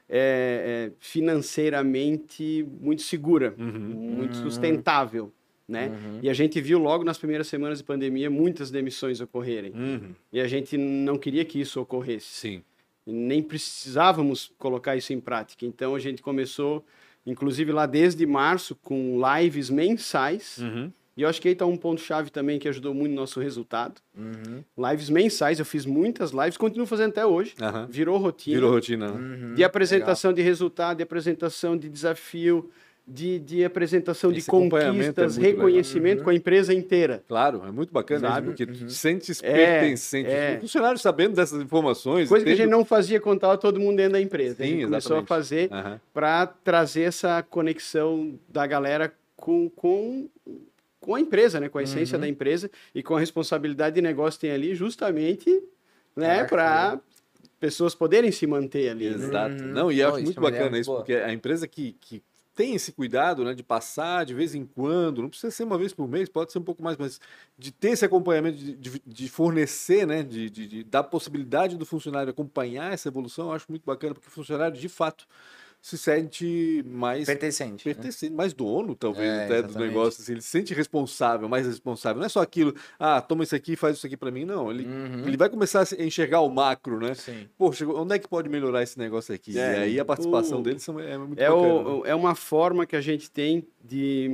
Speaker 3: financeiramente muito segura, muito sustentável. Né? E a gente viu logo nas primeiras semanas de pandemia muitas demissões ocorrerem. E a gente não queria que isso ocorresse.
Speaker 1: Sim.
Speaker 3: E nem precisávamos colocar isso em prática. Então a gente começou, inclusive lá desde março, com lives mensais. E eu acho que aí está um ponto-chave também que ajudou muito no nosso resultado. Lives mensais, eu fiz muitas lives, continuo fazendo até hoje.
Speaker 1: Aham.
Speaker 3: Virou rotina.
Speaker 1: Virou rotina. Né?
Speaker 3: De apresentação de resultado, de apresentação de desafio, de apresentação de
Speaker 1: Esse acompanhamento
Speaker 3: conquistas,
Speaker 1: é muito
Speaker 3: reconhecimento com a empresa inteira.
Speaker 1: Claro, é muito bacana isso,
Speaker 3: Sabe?
Speaker 1: porque tu te sentes pertencente. O funcionário sabendo dessas informações.
Speaker 3: Coisa que a
Speaker 1: tendo-
Speaker 3: gente não fazia quando estava todo mundo dentro da empresa.
Speaker 1: Sim,
Speaker 3: a gente começou a
Speaker 1: exatamente.
Speaker 3: fazer
Speaker 1: Aham.
Speaker 3: para trazer essa conexão da galera com a empresa, né? Com a essência da empresa e com a responsabilidade de negócio que tem ali, justamente, né? Para pessoas poderem se manter ali. Né?
Speaker 1: Exato. Não, e eu
Speaker 2: Pô,
Speaker 1: acho
Speaker 2: isso
Speaker 1: muito
Speaker 2: é uma ideia
Speaker 1: bacana
Speaker 2: muito
Speaker 1: isso,
Speaker 2: boa.
Speaker 1: porque a empresa que tem esse cuidado, né, de passar de vez em quando, não precisa ser uma vez por mês, pode ser um pouco mais, mas de ter esse acompanhamento, de fornecer, né, de dar a possibilidade do funcionário acompanhar essa evolução, eu acho muito bacana, porque o funcionário, de fato, se sente mais
Speaker 2: Pertencente. né?
Speaker 1: pertencente, mais dono, talvez,
Speaker 2: É,
Speaker 1: até dos
Speaker 2: exatamente.
Speaker 1: negócios. Assim, ele se sente responsável, mais responsável. Não é só aquilo, toma isso aqui, faz isso aqui pra mim. Não, ele vai começar a enxergar o macro, né?
Speaker 2: Sim.
Speaker 1: Poxa, onde é que pode melhorar esse negócio aqui?
Speaker 3: É,
Speaker 1: E aí a participação
Speaker 3: o-
Speaker 1: deles é muito bacana. Né?
Speaker 3: É uma forma que a gente tem de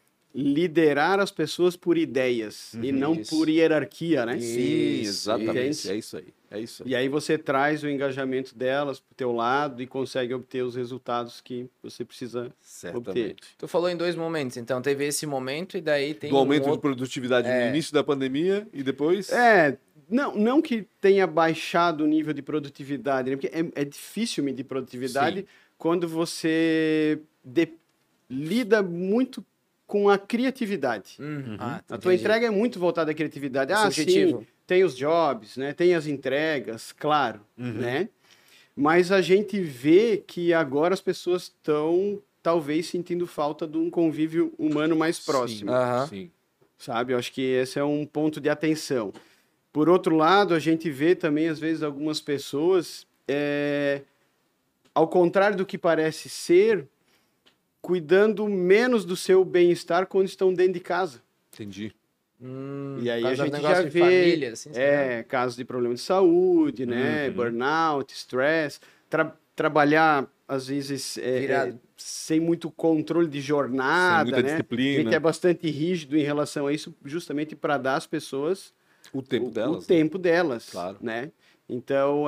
Speaker 3: liderar as pessoas por ideias e não
Speaker 2: Isso.
Speaker 3: por hierarquia, né?
Speaker 1: Sim,
Speaker 2: Isso,
Speaker 1: exatamente.
Speaker 3: isso.
Speaker 1: É isso aí. É isso aí.
Speaker 3: E aí você traz o engajamento delas pro teu lado e consegue obter os resultados que você precisa obter.
Speaker 1: Certamente.
Speaker 2: Tu falou em 2 momentos, então teve esse momento e daí tem
Speaker 1: Do aumento de
Speaker 2: outro...
Speaker 1: produtividade no início da pandemia e depois.
Speaker 3: Não que tenha baixado o nível de produtividade, né? Porque é difícil medir produtividade
Speaker 1: Sim.
Speaker 3: quando você lida muito com a criatividade. A tua entrega é muito voltada à criatividade.
Speaker 2: Subjetivo.
Speaker 3: Sim, tem os jobs, né? Tem as entregas, claro, né? Mas a gente vê que agora as pessoas estão talvez sentindo falta de um convívio humano mais próximo,
Speaker 2: Aham.
Speaker 1: Sim.
Speaker 3: sabe? Eu acho que esse é um ponto de atenção. Por outro lado, a gente vê também, às vezes, algumas pessoas, ao contrário do que parece ser, cuidando menos do seu bem-estar quando estão dentro de casa.
Speaker 1: Entendi.
Speaker 3: E aí
Speaker 2: por
Speaker 3: a
Speaker 2: causa do
Speaker 3: gente
Speaker 2: negócio
Speaker 3: já
Speaker 2: de
Speaker 3: vê
Speaker 2: família, assim,
Speaker 3: casos de problema de saúde, né? Burnout, stress, trabalhar, às vezes,
Speaker 2: Virado.
Speaker 3: sem muito controle de jornada,
Speaker 1: Sem muita
Speaker 3: né? A
Speaker 1: disciplina.
Speaker 3: gente é bastante rígido em relação a isso, justamente para dar às pessoas
Speaker 1: O tempo delas.
Speaker 3: o tempo delas,
Speaker 1: Claro.
Speaker 3: né? Então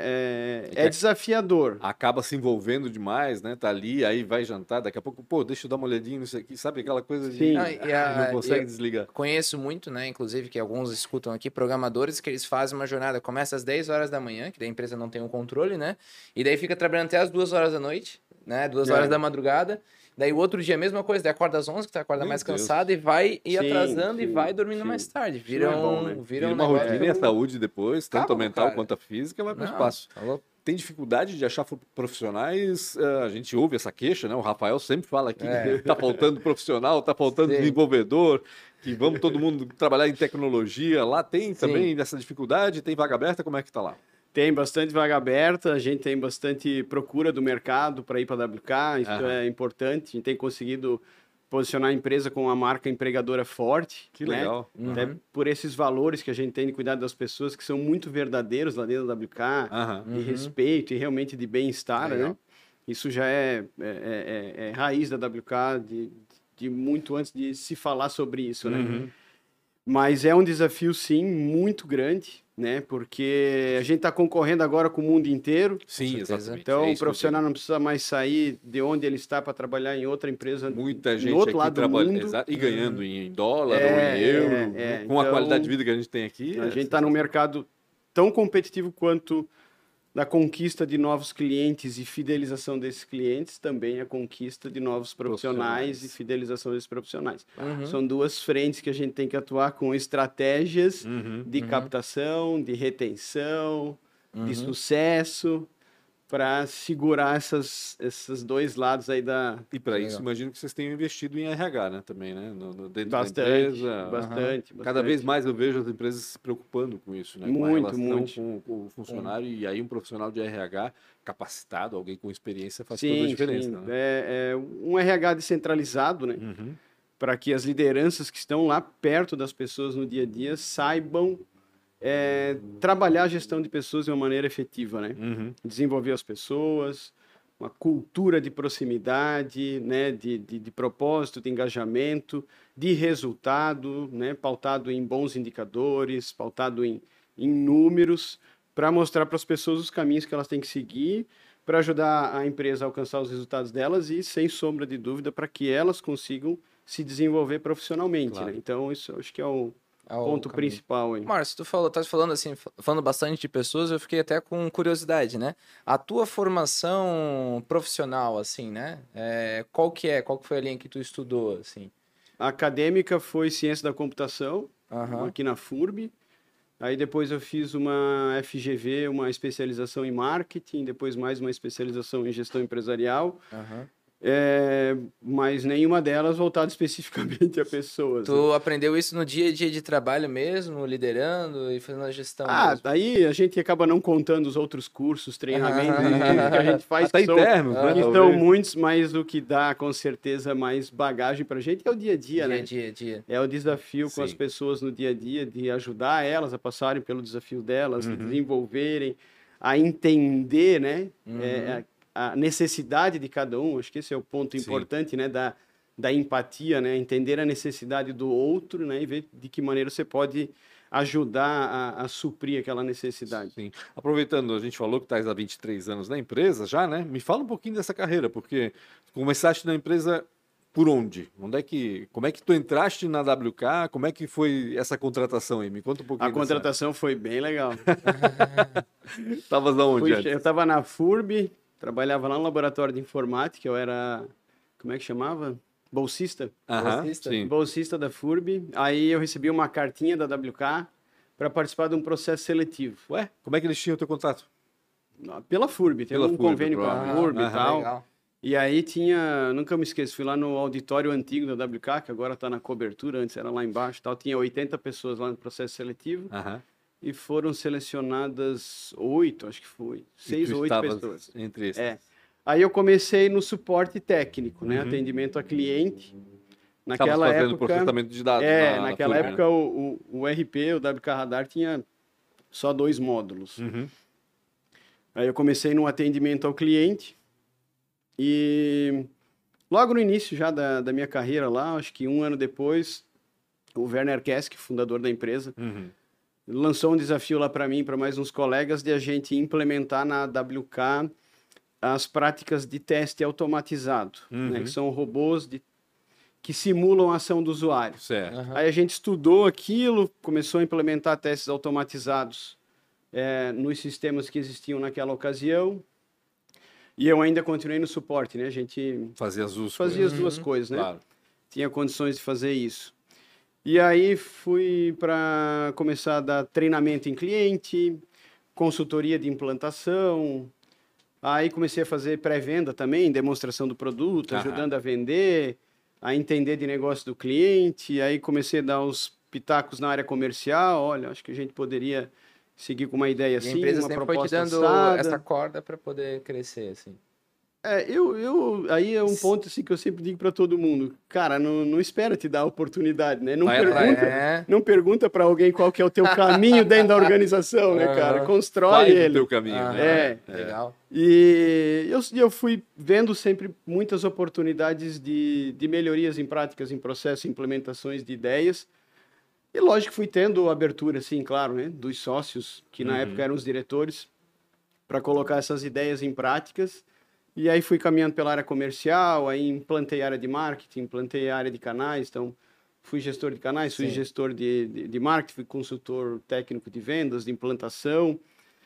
Speaker 3: é desafiador.
Speaker 1: Acaba se envolvendo demais, né? Tá ali, aí vai jantar, daqui a pouco, pô, deixa eu dar uma olhadinha nisso aqui, sabe aquela coisa de
Speaker 3: Sim.
Speaker 1: não consegue desligar.
Speaker 2: Conheço muito, né? Inclusive, que alguns escutam aqui, programadores que eles fazem uma jornada, começa às 10 horas da manhã, que daí a empresa não tem um controle, né? E daí fica trabalhando até às 2 horas da noite, né? 2 horas da madrugada. Daí o outro dia, a mesma coisa, daí acorda às 11, que tu acorda mais cansado, e vai ir atrasando e vai dormindo mais tarde. Vira
Speaker 1: uma rotina e a saúde depois, tanto a mental quanto a física, vai para o espaço. Tem dificuldade de achar profissionais, a gente ouve essa queixa, né? O Rafael sempre fala aqui que tá faltando profissional, tá faltando desenvolvedor, que vamos todo mundo trabalhar em tecnologia. Lá tem também essa dificuldade, tem vaga aberta, como é que tá lá?
Speaker 3: Tem bastante vaga aberta, a gente tem bastante procura do mercado para ir para a WK, isso é importante, a gente tem conseguido posicionar a empresa com uma marca empregadora forte.
Speaker 1: Que legal.
Speaker 3: Até por esses valores que a gente tem de cuidar das pessoas, que são muito verdadeiros lá dentro da WK, de respeito e realmente de bem-estar, né? Isso já é raiz da WK de muito antes de se falar sobre isso, né? Mas é um desafio, sim, muito grande, né? Porque a gente está concorrendo agora com o mundo inteiro.
Speaker 1: Sim, exatamente.
Speaker 3: Então, o profissional não precisa mais sair de onde ele está para trabalhar em outra empresa.
Speaker 1: Muita gente
Speaker 3: no outro
Speaker 1: aqui
Speaker 3: lado do mundo.
Speaker 1: E ganhando em dólar ou em euro. Com então, a qualidade de vida que a gente tem aqui.
Speaker 3: A gente está num mercado tão competitivo quanto da conquista de novos clientes e fidelização desses clientes, também a conquista de novos profissionais e fidelização desses profissionais. São duas frentes que a gente tem que atuar com estratégias de captação, de retenção, de sucesso, para segurar esses dois lados aí da...
Speaker 1: E para isso, imagino que vocês tenham investido em RH, né? Também, né? Dentro da
Speaker 3: empresa.
Speaker 1: Bastante. Cada vez mais eu vejo as empresas se preocupando com isso, né? Com a relação com o funcionário. E aí um profissional de RH capacitado, alguém com experiência, faz toda a diferença. Né?
Speaker 3: É um RH descentralizado, né? Para que as lideranças que estão lá perto das pessoas no dia a dia saibam trabalhar a gestão de pessoas de uma maneira efetiva, né? Desenvolver as pessoas, uma cultura de proximidade, né? De propósito, de engajamento, de resultado, né? Pautado em bons indicadores, pautado em números, para mostrar para as pessoas os caminhos que elas têm que seguir para ajudar a empresa a alcançar os resultados delas e, sem sombra de dúvida, para que elas consigam se desenvolver profissionalmente. Claro. Né? Então, isso acho que é o ponto principal, hein?
Speaker 2: Márcio, tá falando assim, falando bastante de pessoas, eu fiquei até com curiosidade, né? A tua formação profissional, assim, né? Qual que foi a linha que tu estudou, assim?
Speaker 3: A acadêmica foi ciência da computação, aqui na FURB. Aí depois eu fiz uma FGV, uma especialização em marketing, depois mais uma especialização em gestão empresarial. Mas nenhuma delas voltada especificamente a pessoas.
Speaker 2: Tu aprendeu isso no dia a dia de trabalho mesmo, liderando e fazendo a gestão?
Speaker 3: Daí a gente acaba não contando os outros cursos, treinamentos que a gente faz.
Speaker 1: Até internos, né?
Speaker 3: Que são muitos, mas o que dá com certeza mais bagagem pra gente é o dia a dia, né?
Speaker 2: Dia.
Speaker 3: É o desafio com as pessoas no dia a dia, de ajudar elas a passarem pelo desafio delas, de desenvolverem, a entender, né? A necessidade de cada um, acho que esse é o ponto importante, né, da empatia, né, entender a necessidade do outro, né, e ver de que maneira você pode ajudar a suprir aquela necessidade.
Speaker 1: Sim. Aproveitando, a gente falou que estás há 23 anos na empresa já, né, me fala um pouquinho dessa carreira, porque começaste na empresa por onde? Como é que tu entraste na WK? Como é que foi essa contratação aí? Me conta um pouquinho.
Speaker 3: A contratação foi bem legal.
Speaker 1: Estavas aonde antes?
Speaker 3: Eu estava na FURB, trabalhava lá no laboratório de informática, eu era, como é que chamava? Bolsista. Bolsista da FURB. Aí eu recebi uma cartinha da WK para participar de um processo seletivo.
Speaker 1: Ué, como é que eles tinham o teu contato?
Speaker 3: Pela FURB, tem um convênio com a FURB e tal.
Speaker 2: Legal.
Speaker 3: E aí nunca me esqueço, fui lá no auditório antigo da WK, que agora está na cobertura, antes era lá embaixo e tal. Tinha 80 pessoas lá no processo seletivo. E foram selecionadas 8, acho que foi. 6 ou 8 pessoas.
Speaker 1: Entre esses.
Speaker 3: Aí eu comecei no suporte técnico, né? Atendimento a cliente. Naquela época,
Speaker 1: processamento de dados.
Speaker 3: Naquela época o RP, o WK Radar, tinha só 2 módulos. Aí eu comecei no atendimento ao cliente. E logo no início já da minha carreira lá, acho que 1 ano depois, o Werner Kesk, fundador da empresa, lançou um desafio lá para mim, para mais uns colegas, de a gente implementar na AWK as práticas de teste automatizado, né, que são robôs que simulam a ação do usuário.
Speaker 1: Certo.
Speaker 2: Aham.
Speaker 3: Aí a gente estudou aquilo, começou a implementar testes automatizados nos sistemas que existiam naquela ocasião, e eu ainda continuei no suporte, né? A gente
Speaker 1: Fazia as duas
Speaker 3: fazia
Speaker 1: coisas.
Speaker 3: as duas coisas, né?
Speaker 1: Claro.
Speaker 3: Tinha condições de fazer isso. E aí fui para começar a dar treinamento em cliente, consultoria de implantação. Aí comecei a fazer pré-venda também, demonstração do produto,
Speaker 1: Aham.
Speaker 3: ajudando a vender, a entender de negócio do cliente. Aí comecei a dar uns pitacos na área comercial. Olha, acho que a gente poderia seguir com uma ideia
Speaker 2: E a
Speaker 3: assim,
Speaker 2: empresa
Speaker 3: uma
Speaker 2: sempre foi te
Speaker 3: proposta
Speaker 2: dando
Speaker 3: assada.
Speaker 2: essa corda para poder crescer, assim.
Speaker 3: Aí é um ponto assim que eu sempre digo para todo mundo, cara, não espera te dar a oportunidade, né? Não
Speaker 1: Vai atrás,
Speaker 2: É.
Speaker 3: não pergunta para alguém qual que é o teu caminho dentro da organização, né, cara?
Speaker 2: Aham.
Speaker 3: Constrói
Speaker 1: Faz o
Speaker 3: ele.
Speaker 1: teu caminho,
Speaker 2: Aham.
Speaker 1: né?
Speaker 2: Legal.
Speaker 3: E eu fui vendo sempre muitas oportunidades de melhorias em práticas, em processos, implementações de ideias. E lógico que fui tendo abertura, assim, claro, né, dos sócios, que na época eram os diretores, para colocar essas ideias em práticas. E aí fui caminhando pela área comercial, aí implantei a área de marketing, implantei a área de canais, então fui gestor de canais, fui
Speaker 2: Sim.
Speaker 3: gestor de marketing, fui consultor técnico de vendas, de implantação,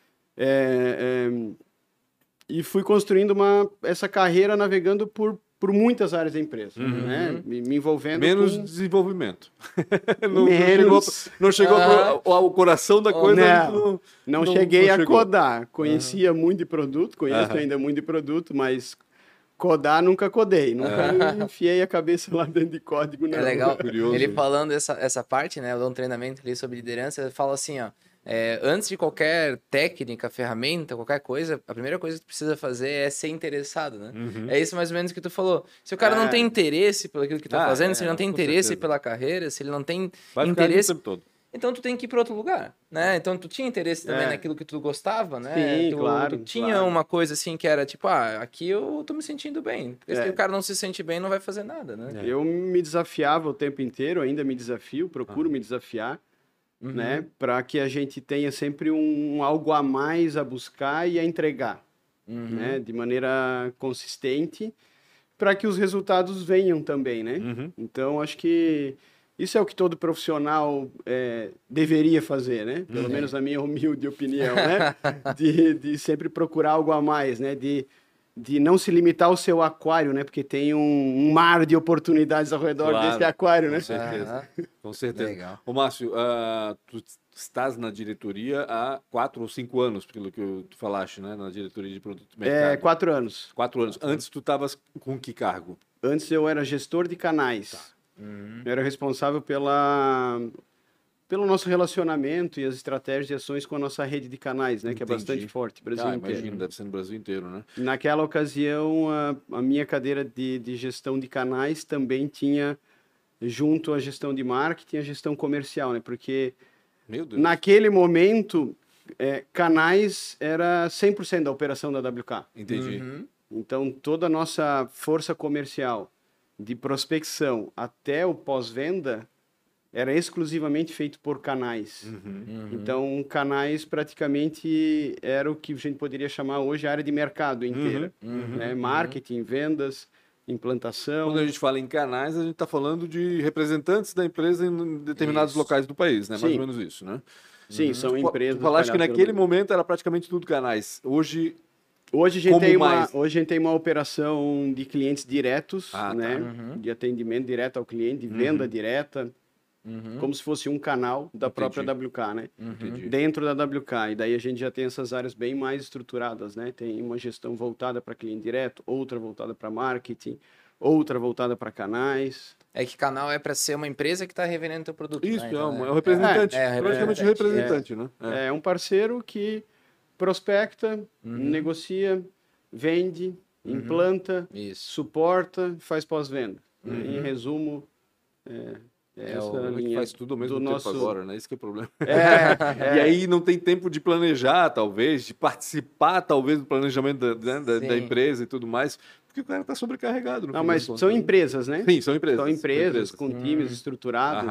Speaker 3: e fui construindo essa carreira navegando por muitas áreas da empresa, né? Me envolvendo
Speaker 1: Menos
Speaker 3: com...
Speaker 1: desenvolvimento.
Speaker 3: Menos...
Speaker 1: Não chegou ao coração da coisa.
Speaker 3: Não cheguei a
Speaker 1: chegou.
Speaker 3: codar. Conhecia muito de produto, conheço ainda muito de produto, mas codar nunca codei. Nunca enfiei a cabeça lá dentro de código, não.
Speaker 2: É legal.
Speaker 1: Curioso.
Speaker 2: Ele falando essa parte, né? Eu dou um treinamento ali sobre liderança. Ele fala assim, ó. Antes de qualquer técnica, ferramenta, qualquer coisa, a primeira coisa que tu precisa fazer é ser interessado, né? É isso mais ou menos que tu falou. Se o cara não tem interesse pelo aquilo que tá fazendo, se ele não tem
Speaker 1: com
Speaker 2: interesse
Speaker 1: certeza.
Speaker 2: pela carreira, se ele não tem
Speaker 1: Vai ficar ali o
Speaker 2: interesse,
Speaker 1: tempo todo.
Speaker 2: então tu tem que ir para outro lugar, né? Então tu tinha interesse também naquilo que tu gostava, né?
Speaker 3: Sim, claro,
Speaker 2: Tu tinha
Speaker 3: claro.
Speaker 2: uma coisa assim que era tipo, aqui eu tô me sentindo bem. Porque se o cara não se sente bem, não vai fazer nada, né?
Speaker 3: Eu me desafiava o tempo inteiro, ainda me desafio, procuro me desafiar, né? Para que a gente tenha sempre um algo a mais a buscar e a entregar, né? De maneira consistente, para que os resultados venham também, né? Então, acho que isso é o que todo profissional deveria fazer, né? Pelo menos na minha humilde opinião, né? De sempre procurar algo a mais, né? De não se limitar ao seu aquário, né? Porque tem um mar de oportunidades ao redor desse aquário, né?
Speaker 1: Com certeza. Com certeza.
Speaker 2: Legal.
Speaker 1: Ô, Márcio, tu estás na diretoria há 4 ou 5 anos, pelo que tu falaste, né? Na diretoria de produto e mercado.
Speaker 3: 4 anos.
Speaker 1: 4 anos. Antes tu estavas com que cargo?
Speaker 3: Antes eu era gestor de canais. Eu era responsável pelo nosso relacionamento e as estratégias e ações com a nossa rede de canais, né? Que é
Speaker 1: Entendi.
Speaker 3: bastante forte, Brasil inteiro.
Speaker 1: Imagino, deve ser no Brasil inteiro, né?
Speaker 3: Naquela ocasião, a minha cadeira de gestão de canais também tinha, junto à gestão de marketing, a gestão comercial, né? Porque
Speaker 1: Meu Deus.
Speaker 3: naquele momento, canais era 100% da operação da WK.
Speaker 1: Entendi.
Speaker 3: Então, toda a nossa força comercial, de prospecção até o pós-venda, era exclusivamente feito por canais. Então, canais praticamente era o que a gente poderia chamar hoje a área de mercado inteira. Né? Marketing, vendas, implantação.
Speaker 1: Quando a gente fala em canais, a gente está falando de representantes da empresa em determinados locais do país, né? Mais
Speaker 3: Sim.
Speaker 1: ou menos isso, né?
Speaker 3: Sim, são empresas.
Speaker 1: Tu falaste que
Speaker 3: espalhadas
Speaker 1: naquele
Speaker 3: pelo mundo.
Speaker 1: momento era praticamente tudo canais. Hoje
Speaker 3: Hoje a gente
Speaker 1: Como
Speaker 3: tem
Speaker 1: mais?
Speaker 3: hoje a gente tem uma operação de clientes diretos,
Speaker 1: Ah, tá.
Speaker 3: né? De atendimento direto ao cliente, de venda direta, como se fosse um canal da própria WK, né?
Speaker 1: Entendi.
Speaker 3: Dentro da WK. E daí a gente já tem essas áreas bem mais estruturadas, né? Tem uma gestão voltada para cliente direto, outra voltada para marketing, outra voltada para canais.
Speaker 2: É que canal é para ser uma empresa que está revendendo teu produto.
Speaker 1: Isso,
Speaker 2: né?
Speaker 1: é
Speaker 2: Então,
Speaker 1: um representante. Praticamente
Speaker 2: representante.
Speaker 1: representante, né?
Speaker 3: É um parceiro que prospecta, negocia, vende, implanta,
Speaker 2: Isso.
Speaker 3: suporta, faz pós-venda. Em resumo, essa
Speaker 1: Como é que
Speaker 3: linha
Speaker 1: faz tudo ao mesmo
Speaker 3: do
Speaker 1: tempo
Speaker 3: nosso...
Speaker 1: agora, né? Esse que é o problema.
Speaker 3: É,
Speaker 1: E aí não tem tempo de planejar, talvez, de participar, talvez, do planejamento da
Speaker 2: Sim.
Speaker 1: empresa e tudo mais, porque o cara está sobrecarregado. No
Speaker 3: Não,
Speaker 1: fim
Speaker 3: mas
Speaker 1: das contas,
Speaker 3: são
Speaker 1: né?
Speaker 3: empresas, né?
Speaker 1: Sim, são empresas.
Speaker 3: São empresas com times estruturados,
Speaker 1: Aham.
Speaker 3: né?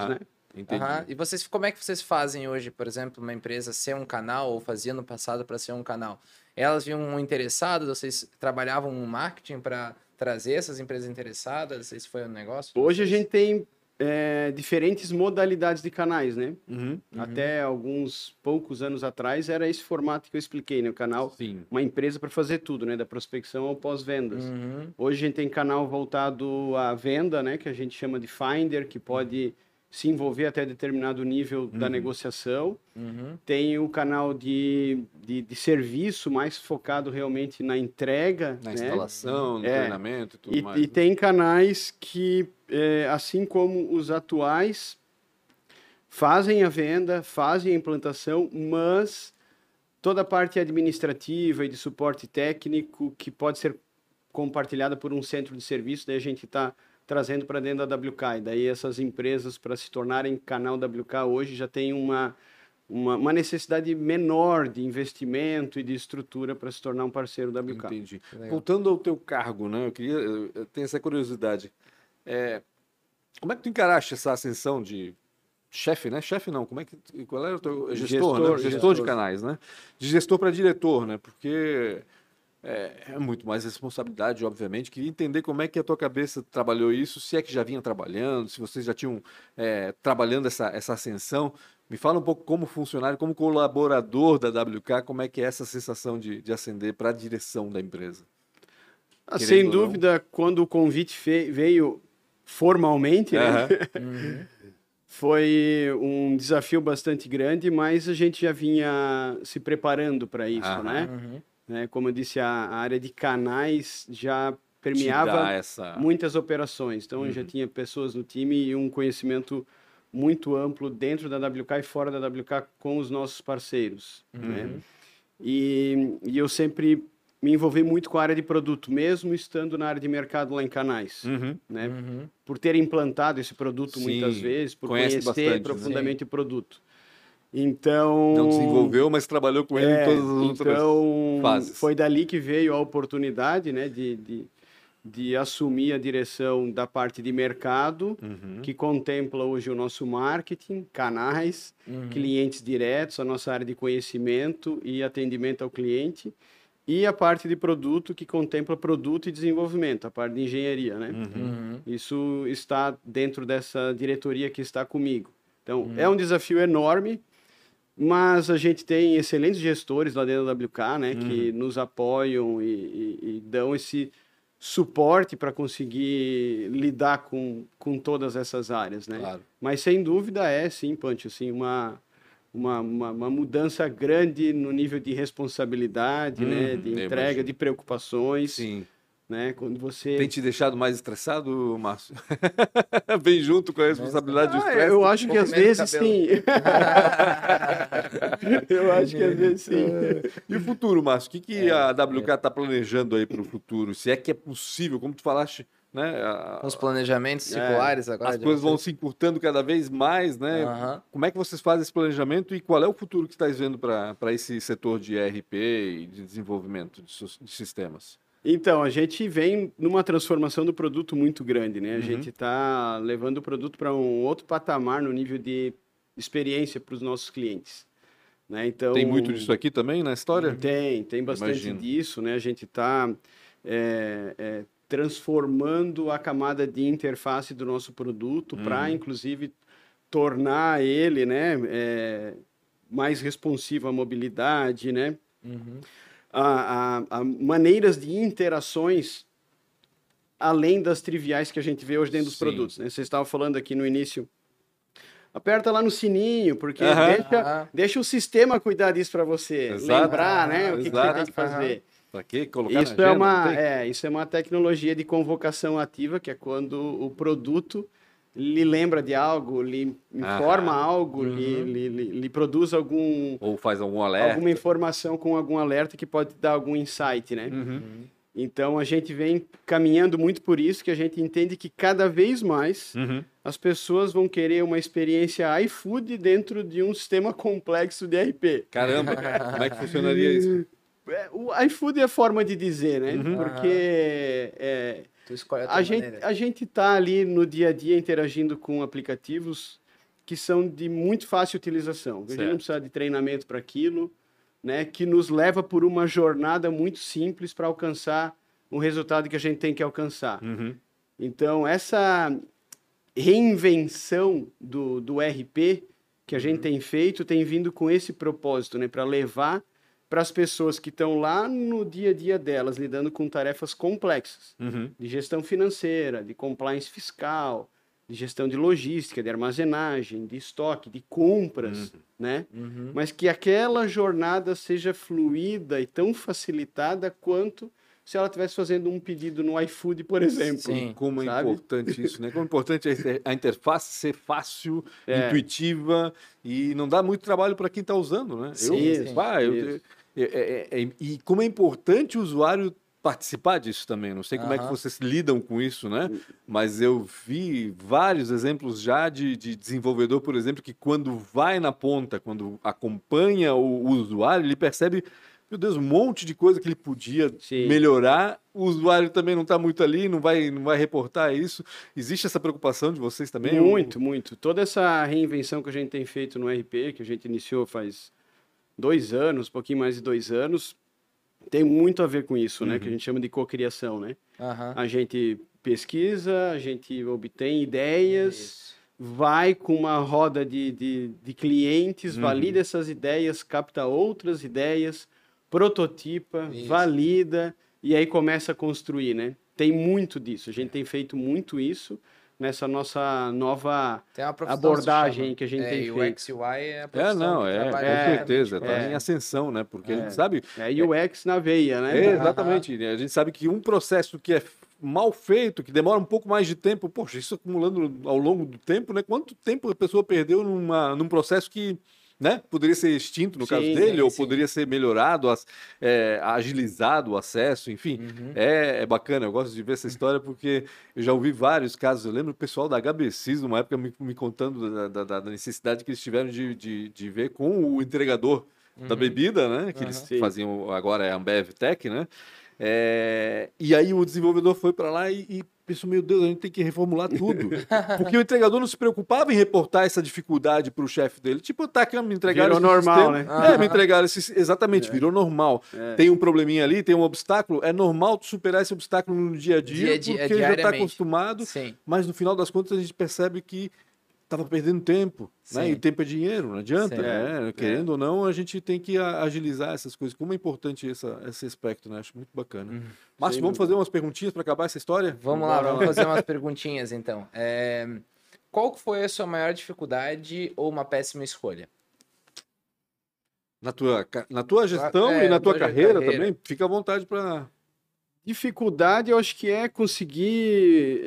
Speaker 1: Entendi.
Speaker 2: E vocês, como é que vocês fazem hoje, por exemplo, uma empresa ser um canal, ou fazia no passado para ser um canal? Elas vinham interessadas, vocês trabalhavam um marketing para trazer essas empresas interessadas? Esse foi o negócio?
Speaker 3: Hoje a gente tem diferentes modalidades de canais, né?
Speaker 1: Uhum.
Speaker 3: Até alguns poucos anos atrás era esse formato que eu expliquei, né? O canal,
Speaker 1: Sim.
Speaker 3: uma empresa para fazer tudo, né? Da prospecção ao pós-vendas. Hoje a gente tem canal voltado à venda, né? Que a gente chama de Finder, que pode se envolver até determinado nível da negociação. Tem o canal de serviço, mais focado realmente na entrega.
Speaker 1: Na
Speaker 3: né?
Speaker 1: instalação, no treinamento e tudo mais.
Speaker 3: E tem canais que, assim como os atuais, fazem a venda, fazem a implantação, mas toda a parte administrativa e de suporte técnico que pode ser compartilhada por um centro de serviço, daí a gente está trazendo para dentro da WK. E daí essas empresas, para se tornarem canal WK hoje, já tem uma necessidade menor de investimento e de estrutura para se tornar um parceiro da WK.
Speaker 1: Entendi. Voltando ao teu cargo, né? Eu tenho essa curiosidade. Como é que tu encaraste essa ascensão de chefe, né? Chefe não, qual era o teu gestor, né? Gestor de canais, né? De gestor para diretor, né? Porque é muito mais responsabilidade, obviamente. Queria entender como é que a tua cabeça trabalhou isso, se é que já vinha trabalhando, se vocês já tinham trabalhando essa ascensão. Me fala um pouco como funcionário, como colaborador da WK, como é que é essa sensação de ascender para a direção da empresa?
Speaker 3: Sem dúvida, quando o convite veio formalmente, né? Foi um desafio bastante grande, mas a gente já vinha se preparando para isso, né? Como eu disse, a área de canais já permeava muitas operações. Então, eu já tinha pessoas no time e um conhecimento muito amplo dentro da WK e fora da WK com os nossos parceiros. Né? E eu sempre me envolvi muito com a área de produto, mesmo estando na área de mercado lá em Canais. Né? Por ter implantado esse produto muitas vezes, por conhecer profundamente o produto. Então...
Speaker 1: Não desenvolveu, mas trabalhou com ele em todas as outras fases.
Speaker 3: Foi dali que veio a oportunidade, né, de assumir a direção da parte de mercado, que contempla hoje o nosso marketing, canais, clientes diretos, a nossa área de conhecimento e atendimento ao cliente, e a parte de produto, que contempla produto e desenvolvimento, a parte de engenharia, né? Isso está dentro dessa diretoria que está comigo. Então, é um desafio enorme, mas a gente tem excelentes gestores lá dentro da WK, né, que nos apoiam e dão esse suporte para conseguir lidar com todas essas áreas, né?
Speaker 1: Claro.
Speaker 3: Mas sem dúvida sim, Pancho, assim, uma mudança grande no nível de responsabilidade, né, de entrega, de preocupações.
Speaker 1: Sim.
Speaker 3: Né? Quando você...
Speaker 1: Tem te deixado mais estressado, Márcio? Vem junto com a responsabilidade do estresse?
Speaker 3: Eu acho que às vezes sim. Eu acho que às vezes sim.
Speaker 1: E o futuro, Márcio? O que a WK está planejando aí para o futuro? Se é que é possível, como tu falaste, né?
Speaker 2: Os planejamentos circulares agora.
Speaker 1: As coisas vão se encurtando cada vez mais, né? Como é que vocês fazem esse planejamento e qual é o futuro que estás vendo para esse setor de ERP e de desenvolvimento de sistemas?
Speaker 3: Então, a gente vem numa transformação do produto muito grande, né? A gente está levando o produto para um outro patamar no nível de experiência para os nossos clientes. Né? Então,
Speaker 1: tem muito disso aqui também na história?
Speaker 3: Tem bastante disso, né? A gente está transformando a camada de interface do nosso produto para, inclusive, tornar ele, né, mais responsivo à mobilidade, né? A maneiras de interações além das triviais que a gente vê hoje dentro dos produtos. Né? Você estava falando aqui no início, aperta lá no sininho, porque deixa o sistema cuidar disso para você, lembrar, né, o que você tem que fazer.
Speaker 1: Para quê? Colocar
Speaker 3: isso isso é uma tecnologia de convocação ativa, que é quando o produto lhe lembra de algo, lhe informa algo, lhe produz algum...
Speaker 1: Ou faz algum alerta.
Speaker 3: Alguma informação com algum alerta que pode dar algum insight, né? Então, a gente vem caminhando muito por isso, que a gente entende que cada vez mais as pessoas vão querer uma experiência iFood dentro de um sistema complexo de ERP.
Speaker 1: Caramba, como é que funcionaria isso?
Speaker 3: O iFood é a forma de dizer, né? Porque... a gente está ali no dia a dia interagindo com aplicativos que são de muito fácil utilização. A gente não precisa de treinamento para aquilo, né? Que nos leva por uma jornada muito simples para alcançar um resultado que a gente tem que alcançar. Então, essa reinvenção do RP que a gente tem feito tem vindo com esse propósito, né? Para levar para as pessoas que estão lá no dia a dia delas, lidando com tarefas complexas, de gestão financeira, de compliance fiscal, de gestão de logística, de armazenagem, de estoque, de compras, né? Mas que aquela jornada seja fluida e tão facilitada quanto se ela estivesse fazendo um pedido no iFood, por exemplo.
Speaker 2: Sim.
Speaker 1: Como é
Speaker 3: sabe?
Speaker 1: importante isso, né? Como é importante a interface ser fácil, intuitiva e não dá muito trabalho para quem está usando, né? E como é importante o usuário participar disso também. Não sei como é que vocês lidam com isso, né? Mas eu vi vários exemplos já de desenvolvedor, por exemplo, que quando vai na ponta, quando acompanha o usuário, ele percebe, meu Deus, um monte de coisa que ele podia melhorar. O usuário também não está muito ali, não vai reportar isso. Existe essa preocupação de vocês também?
Speaker 3: Muito. Toda essa reinvenção que a gente tem feito no RP, que a gente iniciou faz 2 anos, um pouquinho mais de 2 anos, tem muito a ver com isso, né? Que a gente chama de cocriação, né? A gente pesquisa, a gente obtém ideias, vai com uma roda de clientes, valida essas ideias, capta outras ideias, prototipa, valida e aí começa a construir, né? Tem muito disso. A gente tem feito muito isso nessa nossa nova abordagem que a gente tem feito.
Speaker 2: UX e UI é a profissão
Speaker 1: com certeza. Está em ascensão, né? Porque a gente sabe...
Speaker 3: UX na veia, né?
Speaker 1: Exatamente. A gente sabe que um processo que é mal feito, que demora um pouco mais de tempo, poxa, isso acumulando ao longo do tempo, né? Quanto tempo a pessoa perdeu num processo que, né, poderia ser extinto no caso dele, ou poderia ser melhorado, agilizado o acesso, enfim. É bacana, eu gosto de ver essa história porque eu já ouvi vários casos. Eu lembro o pessoal da HBCs, numa época, me contando da necessidade que eles tiveram de ver com o entregador da bebida, né, que eles faziam, agora é a Ambev Tech, né? E aí o desenvolvedor foi para lá e pensou, meu Deus, a gente tem que reformular tudo. Porque o entregador não se preocupava em reportar essa dificuldade para o chefe dele. Tipo, tá que me entregaram
Speaker 3: virou
Speaker 1: esse
Speaker 3: normal,
Speaker 1: sistema.
Speaker 3: né?
Speaker 1: Me entregaram esse... Exatamente, virou normal. Tem um probleminha ali, tem um obstáculo. É normal tu superar esse obstáculo no dia a dia, porque já está acostumado. Mas no final das contas a gente percebe que estava perdendo tempo, né? E tempo é dinheiro, não adianta, né? Querendo ou não, a gente tem que agilizar essas coisas. Como é importante esse aspecto, né? Acho muito bacana. Márcio, vamos fazer umas perguntinhas para acabar essa história?
Speaker 2: Vamos lá, vamos fazer umas perguntinhas, então. Qual foi a sua maior dificuldade ou uma péssima escolha?
Speaker 1: Na tua gestão e na tua carreira também, fica à vontade para...
Speaker 3: Dificuldade, eu acho que é conseguir...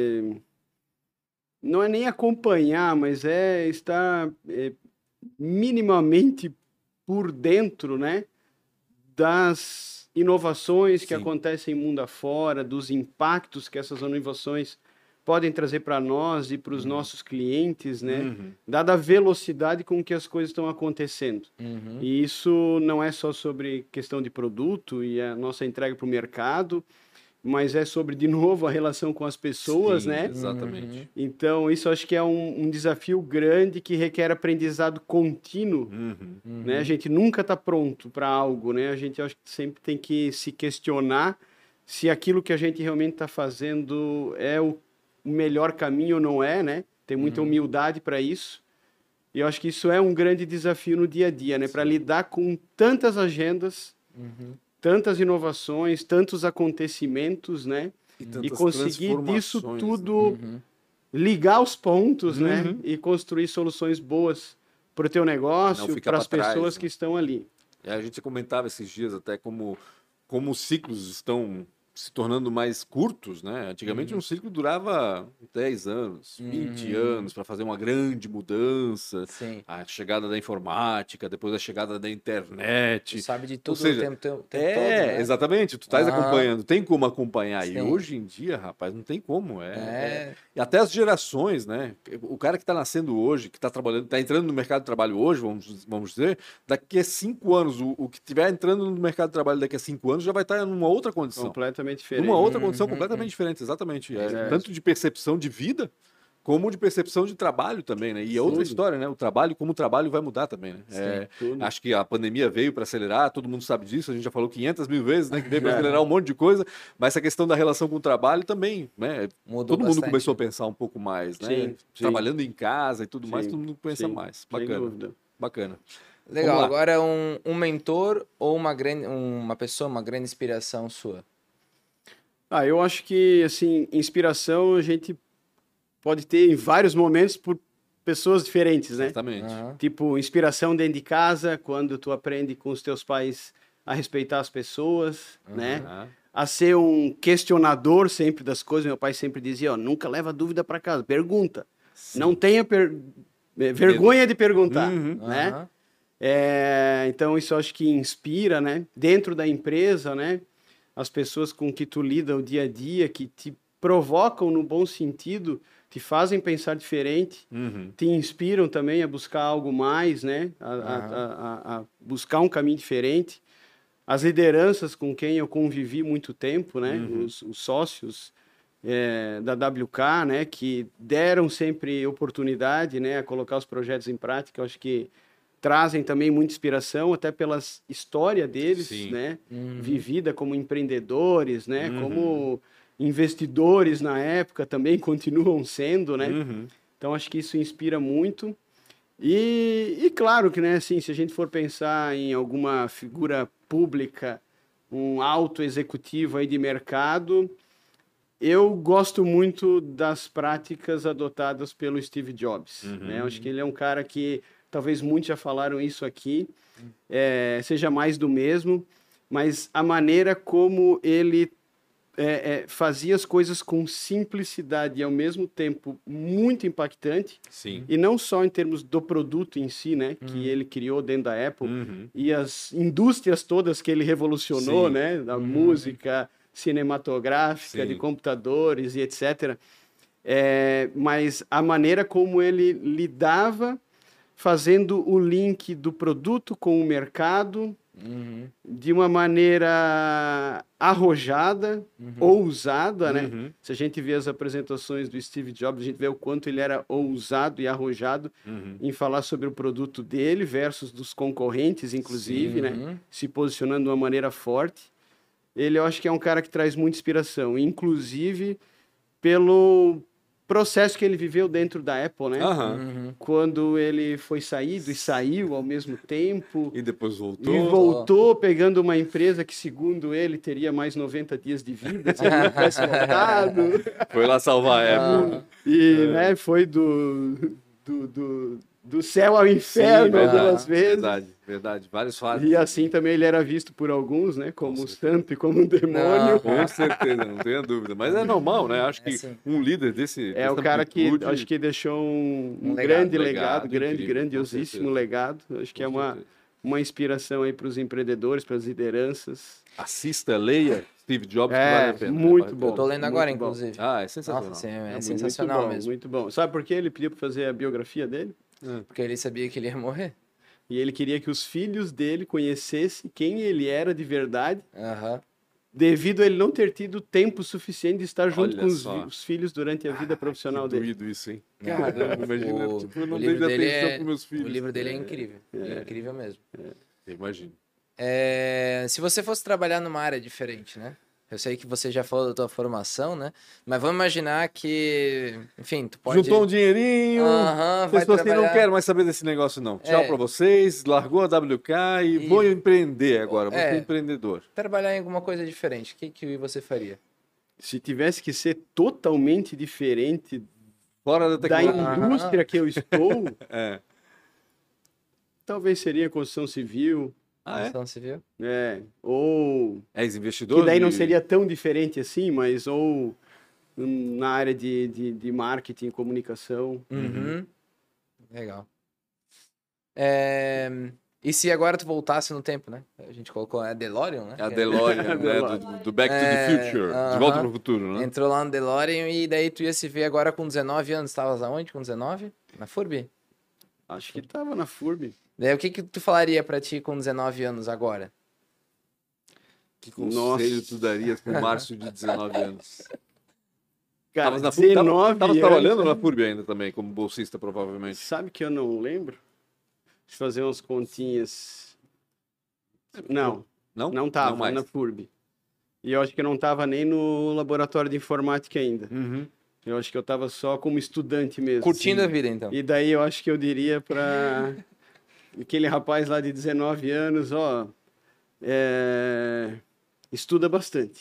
Speaker 3: não é nem acompanhar, mas é estar minimamente por dentro, né, das inovações que acontecem mundo afora, dos impactos que essas inovações podem trazer para nós e para os nossos clientes, né, dada a velocidade com que as coisas estão acontecendo. E isso não é só sobre questão de produto e a nossa entrega para o mercado, mas é sobre, de novo, a relação com as pessoas, né?
Speaker 1: Exatamente.
Speaker 3: Então, isso acho que é um desafio grande que requer aprendizado contínuo, né? A gente nunca está pronto para algo, né? A gente acho que sempre tem que se questionar se aquilo que a gente realmente está fazendo é o melhor caminho ou não é, né? Tem muita humildade para isso. E eu acho que isso é um grande desafio no dia a dia, né? Para lidar com tantas agendas, tantas inovações, tantos acontecimentos, né? E conseguir disso tudo ligar os pontos, né? E construir soluções boas para o teu negócio, para as pessoas que estão ali.
Speaker 1: A gente comentava esses dias até como os ciclos estão se tornando mais curtos, né? Antigamente um ciclo durava 10 anos, 20 anos para fazer uma grande mudança. A chegada da informática, depois a chegada da internet.
Speaker 2: Tu sabe de tudo.
Speaker 1: Ou seja,
Speaker 2: o tempo todo, né?
Speaker 1: Exatamente. Tu estás acompanhando, tem como acompanhar. E hoje em dia, rapaz, não tem como. E até as gerações, né? O cara que está nascendo hoje, que está trabalhando, está entrando no mercado de trabalho hoje, vamos dizer, daqui a 5 anos, o que estiver entrando no mercado de trabalho daqui a 5 anos já vai estar numa outra condição.
Speaker 3: Completamente diferente.
Speaker 1: Uma outra condição completamente diferente, exatamente. Tanto de percepção de vida, como de percepção de trabalho também, né? E é outra
Speaker 3: Tudo.
Speaker 1: história, né? O trabalho, como o trabalho vai mudar também, né?
Speaker 3: Tudo.
Speaker 1: Acho que a pandemia veio para acelerar, todo mundo sabe disso, a gente já falou 500 mil vezes, né? Que veio para acelerar um monte de coisa, mas essa questão da relação com o trabalho também, né?
Speaker 2: Mudou
Speaker 1: Todo mundo
Speaker 2: bastante.
Speaker 1: começou a pensar um pouco mais, né?
Speaker 3: Sim, sim.
Speaker 1: Trabalhando em casa e tudo mais,
Speaker 3: Sim,
Speaker 1: todo mundo pensa
Speaker 3: sim,
Speaker 1: mais.
Speaker 3: sem
Speaker 1: Bacana,
Speaker 3: dúvida.
Speaker 1: bacana.
Speaker 2: Legal,
Speaker 1: Vamos lá.
Speaker 2: agora um mentor ou uma pessoa, uma grande inspiração sua?
Speaker 3: Eu acho que, assim, inspiração a gente pode ter em vários momentos por pessoas diferentes, né?
Speaker 1: Exatamente.
Speaker 2: Aham.
Speaker 3: Tipo, inspiração dentro de casa, quando tu aprende com os teus pais a respeitar as pessoas, né?
Speaker 1: Ah,
Speaker 3: A ser um questionador sempre das coisas. Meu pai sempre dizia, ó, nunca leva dúvida para casa, pergunta. Não tenha vergonha de perguntar,
Speaker 1: Uhum.
Speaker 3: né?
Speaker 2: Aham.
Speaker 3: Então isso eu acho que inspira, né? Dentro da empresa, né? As pessoas com que tu lida o dia a dia, que te provocam no bom sentido, te fazem pensar diferente,
Speaker 1: Uhum.
Speaker 3: te inspiram também a buscar algo mais, né? A buscar um caminho diferente. As lideranças com quem eu convivi muito tempo, né? Os sócios da WK, né? Que deram sempre oportunidade, né? A colocar os projetos em prática. Eu acho que trazem também muita inspiração, até pela história deles,
Speaker 1: Sim.
Speaker 3: né?
Speaker 2: Uhum.
Speaker 3: Vivida como empreendedores, né? Como investidores na época também continuam sendo, né?
Speaker 1: Uhum.
Speaker 3: Então acho que isso inspira muito. E claro que, né, assim, se a gente for pensar em alguma figura pública, um alto executivo aí de mercado, eu gosto muito das práticas adotadas pelo Steve Jobs, né? Eu acho que ele é um cara que, talvez muitos já falaram isso aqui, seja mais do mesmo, mas a maneira como ele fazia as coisas com simplicidade e ao mesmo tempo muito impactante,
Speaker 1: Sim.
Speaker 3: e não só em termos do produto em si, né, que ele criou dentro da Apple,
Speaker 1: Uhum.
Speaker 3: e as indústrias todas que ele revolucionou,
Speaker 1: Sim.
Speaker 3: né, da música, cinematográfica,
Speaker 1: Sim.
Speaker 3: de computadores e etc. Mas a maneira como ele lidava fazendo o link do produto com o mercado
Speaker 2: Uhum.
Speaker 3: de uma maneira arrojada, ousada, né?
Speaker 1: Uhum.
Speaker 3: Se a gente vê as apresentações do Steve Jobs, a gente vê o quanto ele era ousado e arrojado em falar sobre o produto dele versus dos concorrentes, inclusive, né? Se posicionando de uma maneira forte. Ele, eu acho que é um cara que traz muita inspiração, inclusive pelo processo que ele viveu dentro da Apple, né?
Speaker 1: Aham.
Speaker 3: Quando ele foi saído e saiu ao mesmo tempo.
Speaker 1: E depois voltou.
Speaker 3: E voltou pegando uma empresa que, segundo ele, teria mais 90 dias de vida se ele não tivesse voltado.
Speaker 1: Foi lá salvar a Apple.
Speaker 3: E né, foi do céu ao inferno algumas vezes.
Speaker 1: Verdade, verdade. Vários fatos.
Speaker 3: E assim também ele era visto por alguns, né, como um santo e como um demônio.
Speaker 1: Com certeza, não tenha dúvida. Mas é normal, né? Acho que
Speaker 2: assim.
Speaker 1: um líder desse.
Speaker 3: É o
Speaker 1: dessa
Speaker 3: cara que
Speaker 1: amplitude,
Speaker 3: acho que deixou um
Speaker 2: Um
Speaker 3: grande
Speaker 1: legado,
Speaker 3: legado,
Speaker 1: incrível,
Speaker 3: grandiosíssimo
Speaker 1: com certeza.
Speaker 3: legado. Acho que é
Speaker 1: Com certeza.
Speaker 3: uma inspiração aí para os empreendedores, para as lideranças.
Speaker 1: Assista, leia Steve Jobs, que vale a pena.
Speaker 3: muito
Speaker 1: Vale a
Speaker 3: bom.
Speaker 2: Eu tô lendo agora,
Speaker 3: Muito bom.
Speaker 2: inclusive.
Speaker 1: Ah, é sensacional.
Speaker 2: Nossa, sim, é
Speaker 3: Muito
Speaker 2: sensacional
Speaker 3: bom,
Speaker 2: mesmo.
Speaker 3: Muito bom. Sabe por que ele pediu para fazer a biografia dele?
Speaker 2: Porque ele sabia que ele ia morrer.
Speaker 3: E ele queria que os filhos dele conhecessem quem ele era de verdade,
Speaker 2: Aham.
Speaker 3: devido a ele não ter tido tempo suficiente de estar junto
Speaker 1: Olha
Speaker 3: com os,
Speaker 1: só.
Speaker 3: os filhos durante a vida profissional
Speaker 1: Que
Speaker 3: dele.
Speaker 1: doído isso, hein? Caramba, imagina.
Speaker 2: O-
Speaker 1: Tipo, eu não
Speaker 2: o
Speaker 1: dei
Speaker 2: livro dele
Speaker 1: atenção
Speaker 2: é-
Speaker 1: pros meus filhos.
Speaker 2: O livro dele é incrível. É incrível mesmo.
Speaker 1: Imagino.
Speaker 2: Se você fosse trabalhar numa área diferente, né? Eu sei que você já falou da tua formação, né? Mas vamos imaginar que, enfim, tu pode...
Speaker 1: Juntou um dinheirinho.
Speaker 2: Aham, vai
Speaker 1: Pessoas assim, não
Speaker 2: trabalhar-
Speaker 1: quero mais saber desse negócio, não. Tchau pra vocês, largou a WK e vou empreender agora. Vou ser empreendedor.
Speaker 2: Trabalhar em alguma coisa diferente, o que você faria?
Speaker 3: Se tivesse que ser totalmente diferente
Speaker 1: Fora da
Speaker 3: da
Speaker 1: tecnologia.
Speaker 3: indústria que eu estou,
Speaker 1: É.
Speaker 3: talvez seria construção civil,
Speaker 1: Ah, é?
Speaker 2: Construção civil?
Speaker 3: ou
Speaker 1: És investidor?
Speaker 3: que daí não
Speaker 1: de-
Speaker 3: seria tão diferente assim, mas ou na área de marketing, comunicação.
Speaker 2: Uhum. Legal. E se agora tu voltasse no tempo, né? A gente colocou a DeLorean, né?
Speaker 1: É a DeLorean, né? Do Back to the Future. De volta pro futuro, né?
Speaker 2: Entrou lá no DeLorean e daí tu ia se ver agora com 19 anos. Estavas aonde com 19? Na FURB?
Speaker 3: Acho que estava na FURB.
Speaker 2: Daí o que tu falaria pra ti com 19 anos agora?
Speaker 1: Que conselho tu darias pro Márcio de 19 anos?
Speaker 3: Cara,
Speaker 1: Tavas na FURB?
Speaker 3: 19
Speaker 1: Tava
Speaker 3: anos.
Speaker 1: trabalhando na FURB ainda também, como bolsista, provavelmente.
Speaker 3: Sabe que eu não lembro? Deixa eu fazer umas continhas. Não,
Speaker 1: Não?
Speaker 3: não tava
Speaker 1: mais.
Speaker 3: na FURB. E eu acho que eu não tava nem no laboratório de informática ainda.
Speaker 1: Uhum.
Speaker 3: Eu acho que eu tava só como estudante mesmo.
Speaker 2: Curtindo a vida, então.
Speaker 3: E daí eu acho que eu diria para aquele rapaz lá de 19 anos, ó, estuda bastante.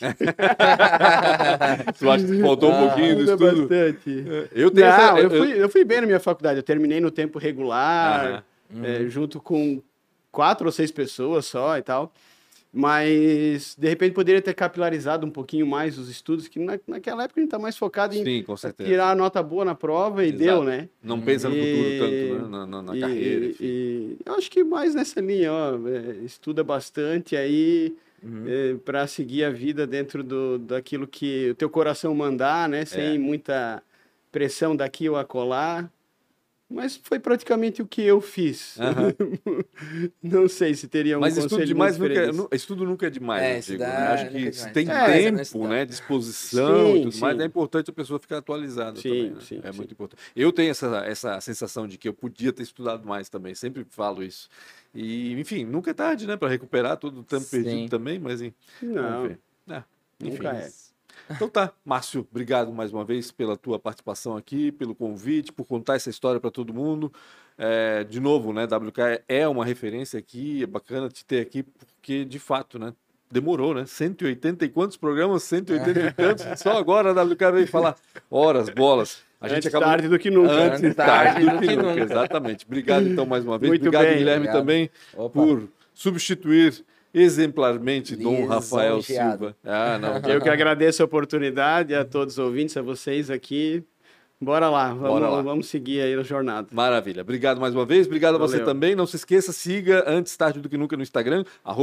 Speaker 1: Tu acha que faltou um pouquinho do
Speaker 3: Estuda
Speaker 1: estudo?
Speaker 3: bastante.
Speaker 1: Eu tenho
Speaker 3: Não,
Speaker 1: essa...
Speaker 3: eu fui bem na minha faculdade. Eu terminei no tempo regular,
Speaker 1: Aham.
Speaker 3: junto com 4 ou 6 pessoas só e tal. Mas, de repente, poderia ter capilarizado um pouquinho mais os estudos, que naquela época a gente tá mais focado em
Speaker 1: Sim, com certeza.
Speaker 3: tirar a nota boa na prova e
Speaker 1: Exato.
Speaker 3: deu, né?
Speaker 1: Não pensa no futuro
Speaker 3: E-
Speaker 1: tanto, né? Na carreira, enfim.
Speaker 3: E eu acho que mais nessa linha, ó, estuda bastante aí para seguir a vida dentro daquilo que o teu coração mandar, né? Sem muita pressão daqui ou acolá. Mas foi praticamente o que eu fiz.
Speaker 1: Aham.
Speaker 3: Não sei se teria um
Speaker 1: Mas
Speaker 3: conselho
Speaker 1: estudo demais
Speaker 3: muito
Speaker 1: nunca,
Speaker 3: diferente.
Speaker 1: estudo nunca é demais,
Speaker 2: É,
Speaker 1: eu digo,
Speaker 2: estudar
Speaker 1: né? Acho
Speaker 2: nunca
Speaker 1: que
Speaker 2: é
Speaker 1: se
Speaker 2: demais.
Speaker 1: tem
Speaker 3: É,
Speaker 1: tempo,
Speaker 2: estudar.
Speaker 1: né, disposição
Speaker 3: Sim,
Speaker 1: e tudo mais,
Speaker 3: sim.
Speaker 1: é importante a pessoa ficar atualizada
Speaker 3: Sim,
Speaker 1: também, né?
Speaker 3: sim,
Speaker 1: É
Speaker 3: sim.
Speaker 1: muito importante. Eu tenho essa sensação de que eu podia ter estudado mais também, sempre falo isso. E, enfim, nunca é tarde, né, para recuperar todo o tempo
Speaker 2: Sim.
Speaker 1: perdido também, mas vamos
Speaker 3: Não,
Speaker 1: ver. É, enfim.
Speaker 3: nunca é.
Speaker 1: Então tá, Márcio, obrigado mais uma vez pela tua participação aqui, pelo convite, por contar essa história para todo mundo. De novo, né, WK é uma referência aqui, é bacana te ter aqui, porque de fato, né, demorou, né, 180 e quantos programas, 180 e tantos, só agora a WK veio falar horas, bolas. A gente
Speaker 3: Antes
Speaker 1: acabou...
Speaker 3: tarde do que nunca.
Speaker 1: Antes tarde do que nunca, exatamente. Obrigado então mais uma vez,
Speaker 3: Muito
Speaker 1: obrigado
Speaker 3: bem.
Speaker 1: Guilherme
Speaker 2: Obrigado.
Speaker 1: também
Speaker 2: Opa.
Speaker 1: por substituir exemplarmente Dom Rafael
Speaker 2: Lisonjeado.
Speaker 1: Silva. Ah, não,
Speaker 3: Eu que agradeço a oportunidade, a todos os ouvintes, a vocês aqui. Bora lá,
Speaker 1: Bora lá.
Speaker 3: vamos seguir aí a jornada.
Speaker 1: Maravilha. Obrigado mais uma vez. Obrigado a você
Speaker 3: Valeu.
Speaker 1: também. Não se esqueça, siga Antes Tarde do Que Nunca no Instagram,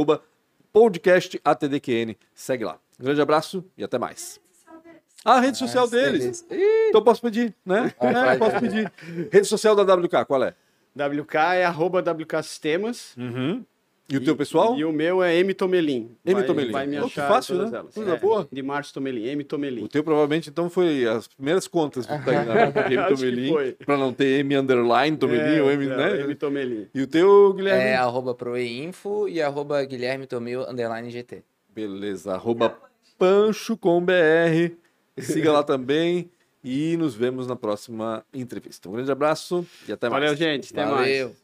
Speaker 1: @podcastATDQN. Segue lá. Grande abraço e até mais. A rede social deles. Então posso pedir, né?
Speaker 2: Pode.
Speaker 1: Posso pedir. Rede social da WK, qual é?
Speaker 3: WK é @WK Sistemas.
Speaker 1: E o teu pessoal?
Speaker 3: E o meu é M Tomelin.
Speaker 1: M. Tomelin.
Speaker 3: Vai me
Speaker 1: Oh, que
Speaker 3: achar
Speaker 1: fácil,
Speaker 3: em todas
Speaker 1: né?
Speaker 3: elas.
Speaker 1: Coisa boa.
Speaker 3: De Márcio Tomelin, M Tomelin.
Speaker 1: O teu provavelmente então foi as primeiras contas do Instagram, né? M.
Speaker 3: Acho que
Speaker 1: Tomelin,
Speaker 3: foi.
Speaker 1: pra não ter M underline Tomelin ou M, né?
Speaker 3: M Tomelin.
Speaker 1: E o teu, Guilherme?
Speaker 2: É @proeinfo e @Guilherme Tomil _GT.
Speaker 1: Beleza, @Pancho com BR. Siga lá também e nos vemos na próxima entrevista. Um grande abraço e até mais.
Speaker 3: Valeu, gente. Até mais.
Speaker 2: Valeu.